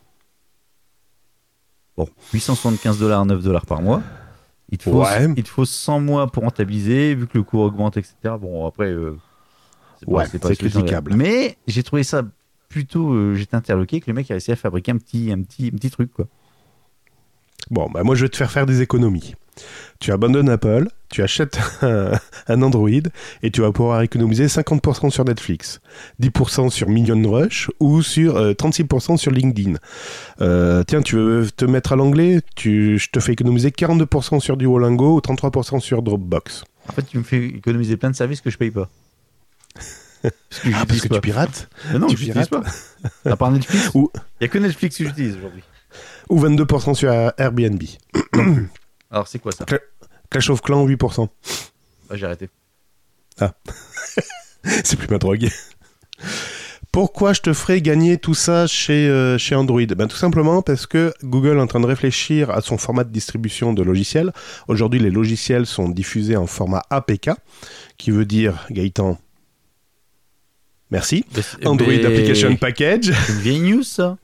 Bon, huit cent soixante-quinze dollars, neuf dollars par mois. Il te, faut, Ouais. il te faut cent mois pour rentabiliser, vu que le cours augmente, et cetera. Bon, après, euh, c'est Ouais, pas c'est ce que j'en ai. critiquable. Mais j'ai trouvé ça plutôt. Euh, j'étais interloqué que le mec a réussi à fabriquer un petit, un petit, un petit truc, quoi. Bon, bah moi je vais te faire faire des économies. Tu abandonnes Apple, tu achètes un, un Android et tu vas pouvoir économiser cinquante pour cent sur Netflix, dix pour cent sur Million Rush ou sur euh, trente-six pour cent sur LinkedIn. Euh, tiens, tu veux te mettre à l'anglais, tu, je te fais économiser quarante-deux pour cent sur Duolingo ou trente-trois pour cent sur Dropbox. En fait, tu me fais économiser plein de services que je paye pas. Parce que Ah, parce j'utilise que pas. tu pirates Mais non, tu je n'utilise pirates. pas. À part Netflix, il Ou- n'y a que Netflix que j'utilise aujourd'hui. Ou vingt-deux pour cent sur Airbnb. Alors, c'est quoi ça? Clash of Clans, huit pour cent. Ah, j'ai arrêté. C'est plus ma drogue. Pourquoi je te ferais gagner tout ça chez, euh, chez Android? Ben, tout simplement parce que Google est en train de réfléchir à son format de distribution de logiciels. Aujourd'hui, les logiciels sont diffusés en format A P K, qui veut dire, Gaëtan, merci, Android Mais- Application Package. C'est une vieille news, ça?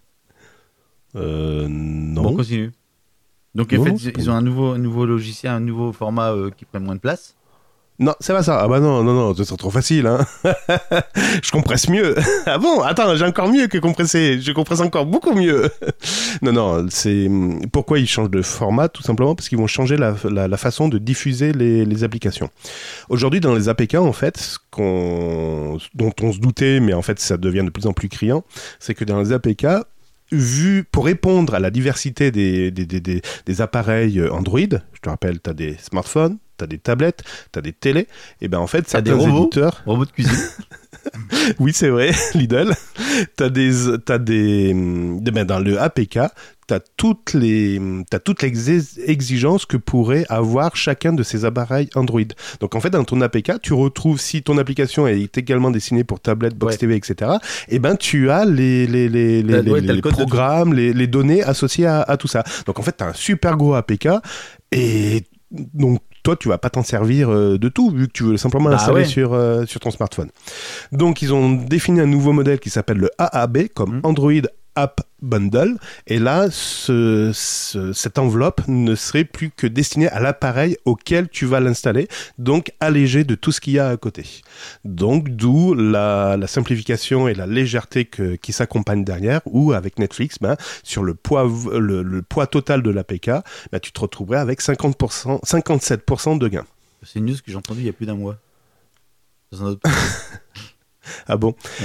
Euh, non. Bon, on continue. Donc, en Non, fait, non, ils- c'est ils pas ont un nouveau, un nouveau logiciel, un nouveau format euh, qui prend moins de place. Non, c'est pas ça. Ah bah non, non, non, c'est trop facile. Hein. Je compresse mieux. Ah bon? Attends, j'ai encore mieux que compresser. Je compresse encore beaucoup mieux. Non, non, c'est... Pourquoi ils changent de format? Tout simplement parce qu'ils vont changer la, la, la façon de diffuser les, les applications. Aujourd'hui, dans les A P K, en fait, ce qu'on... dont on se doutait, mais en fait, ça devient de plus en plus criant, c'est que dans les A P K, vu pour répondre à la diversité des, des, des, des, des appareils Android, je te rappelle, tu as des smartphones, tu as des tablettes, tu as des télés, et ben en fait, T'as des certains robots éditeurs... Robot de cuisine. Oui, c'est vrai, Lidl. T'as des, t'as des, des- ben, dans le A P K, t'as toutes les, t'as toutes les exi- exigences que pourrait avoir chacun de ces appareils Android. Donc en fait, dans ton A P K, tu retrouves si ton application est également destinée pour tablette, box Ouais. T V, et cetera. Et ben tu as les les les les, T'as- les- ouais, t'as les le code de programmes, les, les données associées à, à tout ça. Donc en fait, t'as un super gros A P K et donc toi, tu vas pas t'en servir euh, de tout, vu que tu veux simplement Bah l'installer ouais. sur, euh, sur ton smartphone. Donc, ils ont défini un nouveau modèle qui s'appelle le A A B, comme Mhm. Android App Bundle. Et là, ce, ce- cette enveloppe ne serait plus que destinée à l'appareil auquel tu vas l'installer, donc allégé de tout ce qu'il y a à côté. Donc, d'où la, la simplification et la légèreté que- qui s'accompagnent derrière, ou avec Netflix, ben, sur le poids, v- le, le poids total de l'A P K, ben, tu te retrouverais avec cinquante pour cent, cinquante-sept pour cent de gain. C'est une news que j'ai entendue il y a plus d'un mois. Dans un autre... Ah bon? Ouais.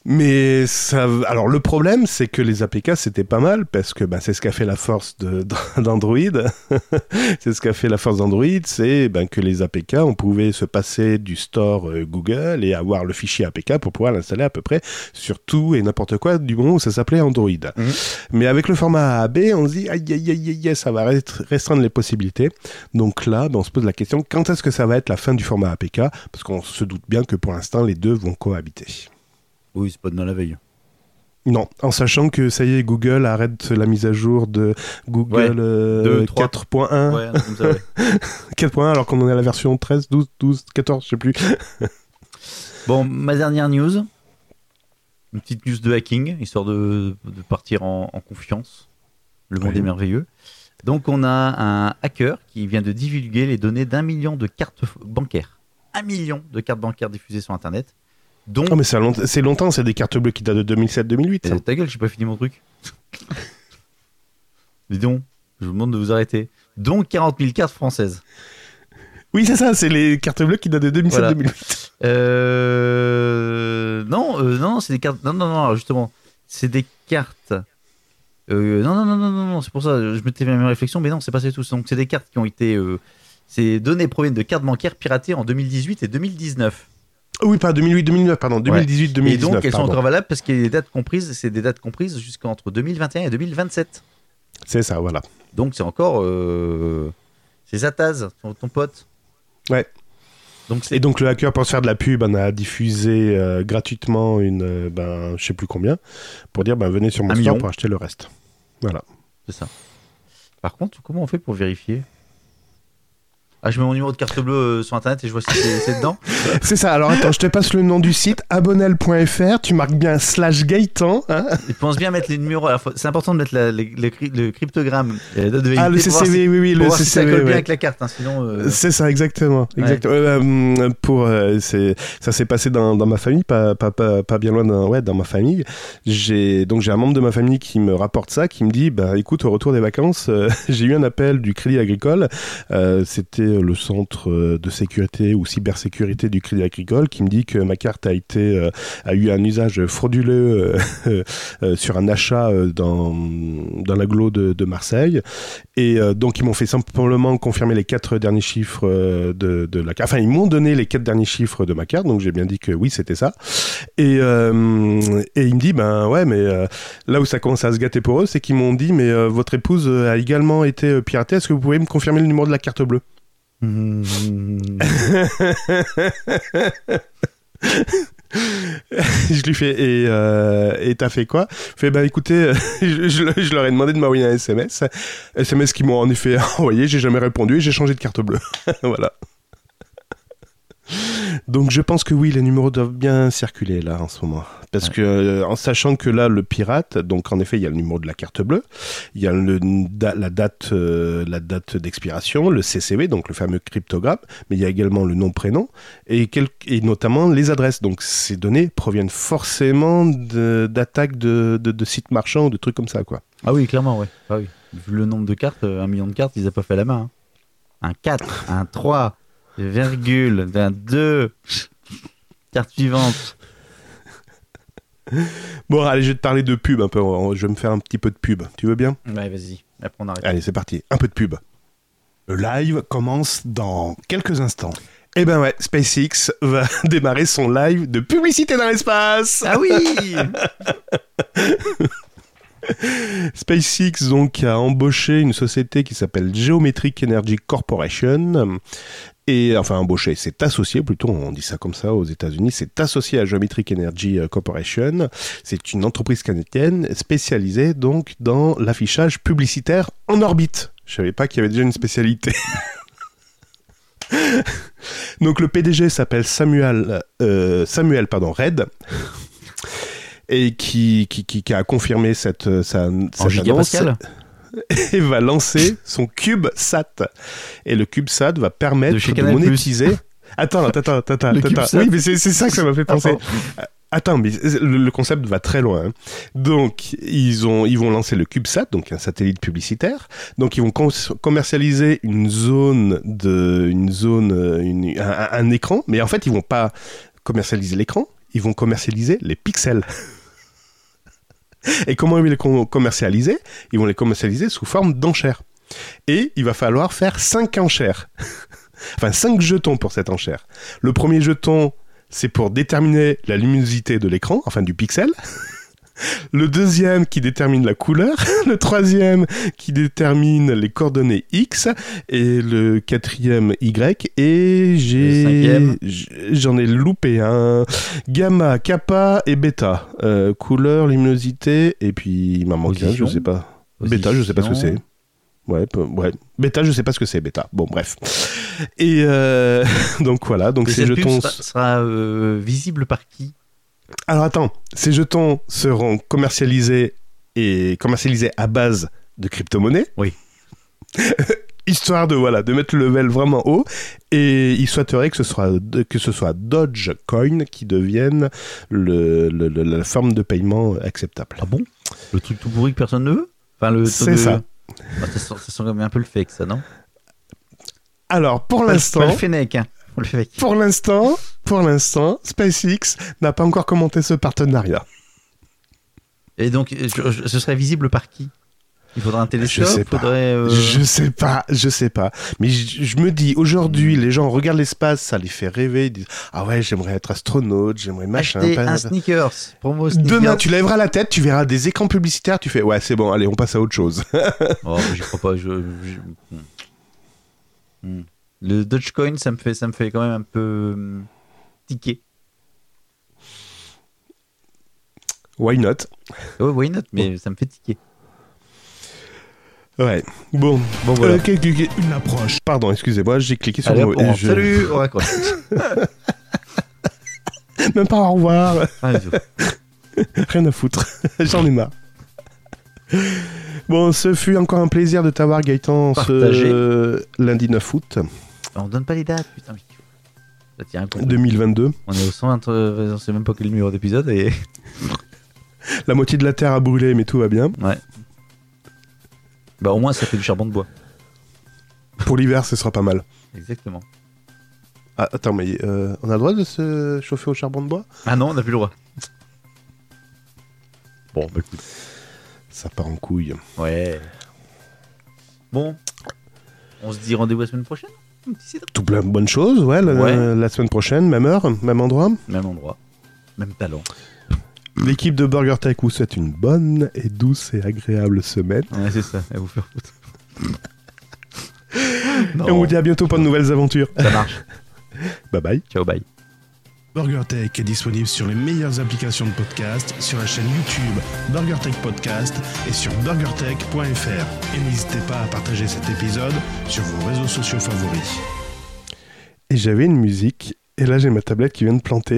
Mais ça, alors le problème, c'est que les A P K c'était pas mal parce que bah, c'est ce qu'a fait la force de, d'Android. C'est ce qu'a fait la force d'Android, c'est ben, que les A P K, on pouvait se passer du store euh, Google et avoir le fichier A P K pour pouvoir l'installer à peu près sur tout et n'importe quoi du moment où ça s'appelait Android. Mmh. Mais avec le format A A B, on se dit aïe aïe aïe aïe, ça va restreindre les possibilités. Donc là, ben, on se pose la question quand est-ce que ça va être la fin du format A P K, parce qu'on se doute bien que pour l'instant les deux vont cohabiter. Oui, c'est pas demain la veille. Non, en sachant que ça y est, Google arrête la mise à jour de Google ouais, euh, deux, quatre point un. Ouais, comme ça, ouais. quatre point un alors qu'on en est à la version treize, douze, douze, quatorze, je sais plus. Bon, ma dernière news, une petite news de hacking, histoire de, de partir en, en confiance. Le monde ouais. est merveilleux. Donc, on a un hacker qui vient de divulguer les données d'un million de cartes bancaires. Un million de cartes bancaires diffusées sur Internet. Donc... Oh mais c'est, long... c'est longtemps, c'est des cartes bleues qui datent de deux mille sept deux mille huit. Eh, ta gueule, j'ai pas fini mon truc. Dis donc, je vous demande de vous arrêter. Donc quarante mille cartes françaises. Oui, c'est ça, c'est les cartes bleues qui datent de deux mille sept deux mille huit. Voilà. Euh... Non, euh, non, c'est des cartes... Non, non, non, justement, c'est des cartes... Euh, non, non, non, non, non, non, c'est pour ça, je m'étais fait mes réflexions, mais non, c'est pas ça du tout. Donc c'est des cartes qui ont été... Euh... Ces données proviennent de cartes bancaires piratées en deux mille dix-huit et deux mille dix-neuf. Oui, pas deux mille huit deux mille neuf, pardon, deux mille dix-huit deux mille dix-neuf. Et donc, elles pardon. sont encore valables parce qu'il y a des dates comprises, c'est des dates comprises jusqu'entre deux mille vingt et un et deux mille vingt-sept. C'est ça, voilà. Donc, c'est encore... Euh... C'est Zataz, ton, ton pote. Ouais. Donc, c'est... Et donc, le hacker, pour se faire de la pub, on a diffusé euh, gratuitement une, euh, ben, je sais plus combien, pour dire, ben, venez sur mon store pour acheter le reste. Voilà. C'est ça. Par contre, comment on fait pour vérifier ? Ah, je mets mon numéro de carte bleue euh, sur Internet et je vois si c'est, c'est dedans. C'est ça. Alors, attends, je te passe le nom du site, abonnel point f r. Tu marques bien slash Gaëtan. Hein, il pense bien mettre les numéros. Alors, c'est important de mettre la, le, le, le cryptogramme. De ah, le C C V, oui, oui. Le pour C C V, voir si ça colle ouais. bien avec la carte. Hein, sinon, euh... C'est ça, exactement. exactement. Ouais. Euh, pour, euh, c'est, ça s'est passé dans, dans ma famille, pas, pas, pas, pas bien loin d'un, ouais, dans ma famille. J'ai, donc, j'ai un membre de ma famille qui me rapporte ça, qui me dit bah, écoute, au retour des vacances, euh, j'ai eu un appel du Crédit Agricole. Euh, c'était le centre de sécurité ou cybersécurité du Crédit Agricole qui me dit que ma carte a été euh, a eu un usage frauduleux euh, euh, sur un achat euh, dans dans l'agglo de, de Marseille et euh, donc ils m'ont fait simplement confirmer les quatre derniers chiffres euh, de de la carte. Enfin ils m'ont donné les quatre derniers chiffres de ma carte, donc j'ai bien dit que oui c'était ça. Et euh, et il me dit ben ouais mais euh, là où ça commence à se gâter pour eux, c'est qu'ils m'ont dit mais euh, votre épouse a également été piratée. Est-ce que vous pouvez me confirmer le numéro de la carte bleue? Mmh. Je lui fais et, euh, et t'as fait quoi? Il fait bah écoutez, je, je, je leur ai demandé de m'envoyer un S M S. S M S qu'ils m'ont en effet envoyé, j'ai jamais répondu et j'ai changé de carte bleue. Voilà. Donc je pense que oui, les numéros doivent bien circuler là en ce moment. Parce ouais. que euh, en sachant que là le pirate, donc en effet il y a le numéro de la carte bleue, il y a le, da, la, date, euh, la date d'expiration, le C C V, donc le fameux cryptogramme, mais il y a également le nom, prénom et, quel, et notamment les adresses. Donc ces données proviennent forcément de, d'attaques de, de, de sites marchands ou de trucs comme ça, quoi. Ah oui, clairement, ouais. Ah oui. Vu le nombre de cartes, un million de cartes, ils n'ont pas fait la main. Hein. Un quatre, un trois... virgule, d'un deux, carte suivante. Bon, allez, je vais te parler de pub un peu. Je vais me faire un petit peu de pub. Tu veux bien? Ouais, vas-y. Après, on arrête. Allez, c'est parti. Un peu de pub. Le live commence dans quelques instants. Eh ben ouais, SpaceX va démarrer son live de publicité dans l'espace. Ah oui. SpaceX donc a embauché une société qui s'appelle Geometric Energy Corporation. Et enfin embauché, c'est associé, plutôt on dit ça comme ça aux États-Unis, c'est associé à Geometric Energy Corporation. C'est une entreprise canadienne spécialisée donc dans l'affichage publicitaire en orbite. Je savais pas qu'il y avait déjà une spécialité. Donc le P D G s'appelle Samuel euh, Samuel pardon Red. Et qui, qui, qui, qui a confirmé cette, sa, cette annonce et va lancer son CubeSat. Et le CubeSat va permettre de, de monétiser... Attends, attends, attends, attends. attends. Oui, mais c'est, c'est ça que ça m'a fait penser. Attends, attends mais le, le concept va très loin. Hein. Donc, ils, ont, ils vont lancer le CubeSat, donc un satellite publicitaire. Donc, ils vont com- commercialiser une zone, de, une zone une, un, un écran. Mais en fait, ils vont pas commercialiser l'écran. ils vont commercialiser les pixels. Et comment ils vont les com- commercialiser ? Ils vont les commercialiser sous forme d'enchères. Et il va falloir faire cinq enchères. Enfin, cinq jetons pour cette enchère. Le premier jeton, c'est pour déterminer la luminosité de l'écran, enfin du pixel. Le deuxième qui détermine la couleur, le troisième qui détermine les coordonnées X et le quatrième Y et j'ai j'en ai loupé un gamma, kappa et bêta, euh, couleur, luminosité et puis il m'en manque un, je sais pas. Position. Bêta, je sais pas ce que c'est. Ouais, peu, ouais. Bêta, je sais pas ce que c'est, bêta. Bon, bref. Et euh, donc voilà, donc ces jetons sera, sera euh, visible par qui ? Alors attends, ces jetons seront commercialisés et commercialisés à base de crypto-monnaies. Oui. Histoire de voilà, de mettre le level vraiment haut, et il souhaiterait que ce soit que ce soit Dogecoin qui devienne le, le, le la forme de paiement acceptable. Ah bon ? Le truc tout pourri que personne ne veut ? Enfin le. C'est de... ça. Ah, ça, sent, ça sent quand même un peu le fake, ça, non ? Alors pour pas l'instant. Le, pas le fennec, hein. Le fake. Pour l'instant, pour l'instant, SpaceX n'a pas encore commenté ce partenariat. Et donc, je, je, ce serait visible par qui ? Il faudrait un télescope, je sais pas. faudrait. Euh... Je sais pas, je sais pas. Mais je, je me dis aujourd'hui, les gens regardent l'espace, ça les fait rêver. Ils disent ah ouais, j'aimerais être astronaute, j'aimerais machin. Acheter un sneakers, promo sneakers. Demain, tu lèveras la tête, tu verras des écrans publicitaires, tu fais ouais, c'est bon, allez, on passe à autre chose. Oh, j'y crois pas. Je, je... Hmm. Le Dogecoin, ça me fait, ça me fait quand même un peu hum, tiquer. Why not ? Ouais, why not, mais bon. Ça me fait tiquer. Ouais. Bon. Bon voilà. Euh, okay, okay. Une approche. Pardon, excusez-moi, j'ai cliqué sur Allez, le mot. on je... Salut, on raccroche. Même pas au revoir. Ah, Rien à foutre. J'en ai marre. Bon, ce fut encore un plaisir de t'avoir, Gaëtan, Partagé. ce lundi neuf août. On donne pas les dates, putain. Ça tient un coup. deux mille vingt-deux. On est au cent vingt, on sait même pas quel numéro d'épisode et. La moitié de la Terre a brûlé, mais tout va bien. Ouais. Bah au moins ça fait du charbon de bois. Pour l'hiver, ce sera pas mal. Exactement. Ah, attends, mais euh, on a le droit de se chauffer au charbon de bois ? Ah non, on n'a plus le droit. Bon, bah écoute. Ça part en couille. Ouais. Bon. On se dit rendez-vous la semaine prochaine ? Tout plein de bonnes choses, ouais, la, ouais. La semaine prochaine, même heure, même endroit. Même endroit. Même talent. L'équipe de BurgerTech vous souhaite une bonne et douce et agréable semaine. Ouais, c'est ça, à vous faire foutre. Et on vous dit à bientôt pour de nouvelles aventures. Ça marche. Bye bye. Ciao, bye. BurgerTech est disponible sur les meilleures applications de podcast, sur la chaîne YouTube BurgerTech Podcast et sur burgertech point f r. Et n'hésitez pas à partager cet épisode sur vos réseaux sociaux favoris. Et j'avais une musique, et là j'ai ma tablette qui vient de planter.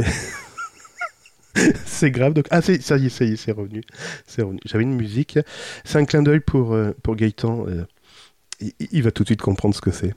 C'est grave. Donc... Ah, c'est, ça y est, ça y est, c'est revenu. C'est revenu. J'avais une musique. C'est un clin d'œil pour, euh, pour Gaëtan. Euh, il, il va tout de suite comprendre ce que c'est.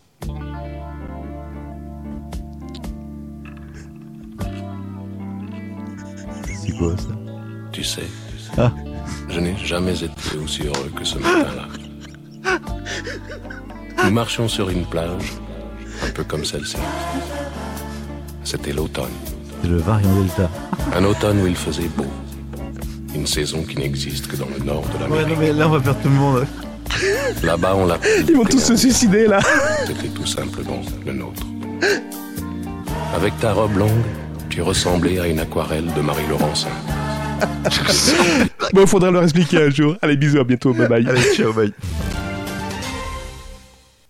C'est quoi ça ? Tu sais, ah. je n'ai jamais été aussi heureux que ce matin-là. Nous marchions sur une plage, un peu comme celle-ci. C'était l'automne. C'est le variant Delta. Un automne où il faisait beau. Une saison qui n'existe que dans le nord de l'Amérique. Ouais, non, mais là, on va perdre tout le monde. Là-bas, on l'a... Ils vont tous se suicider, là. C'était tout simplement le nôtre. Avec ta robe longue, tu ressemblais à une aquarelle de Marie Laurencin. Bon, il faudra leur expliquer un jour. Allez, bisous, à bientôt, bye bye. Allez, ciao, bye.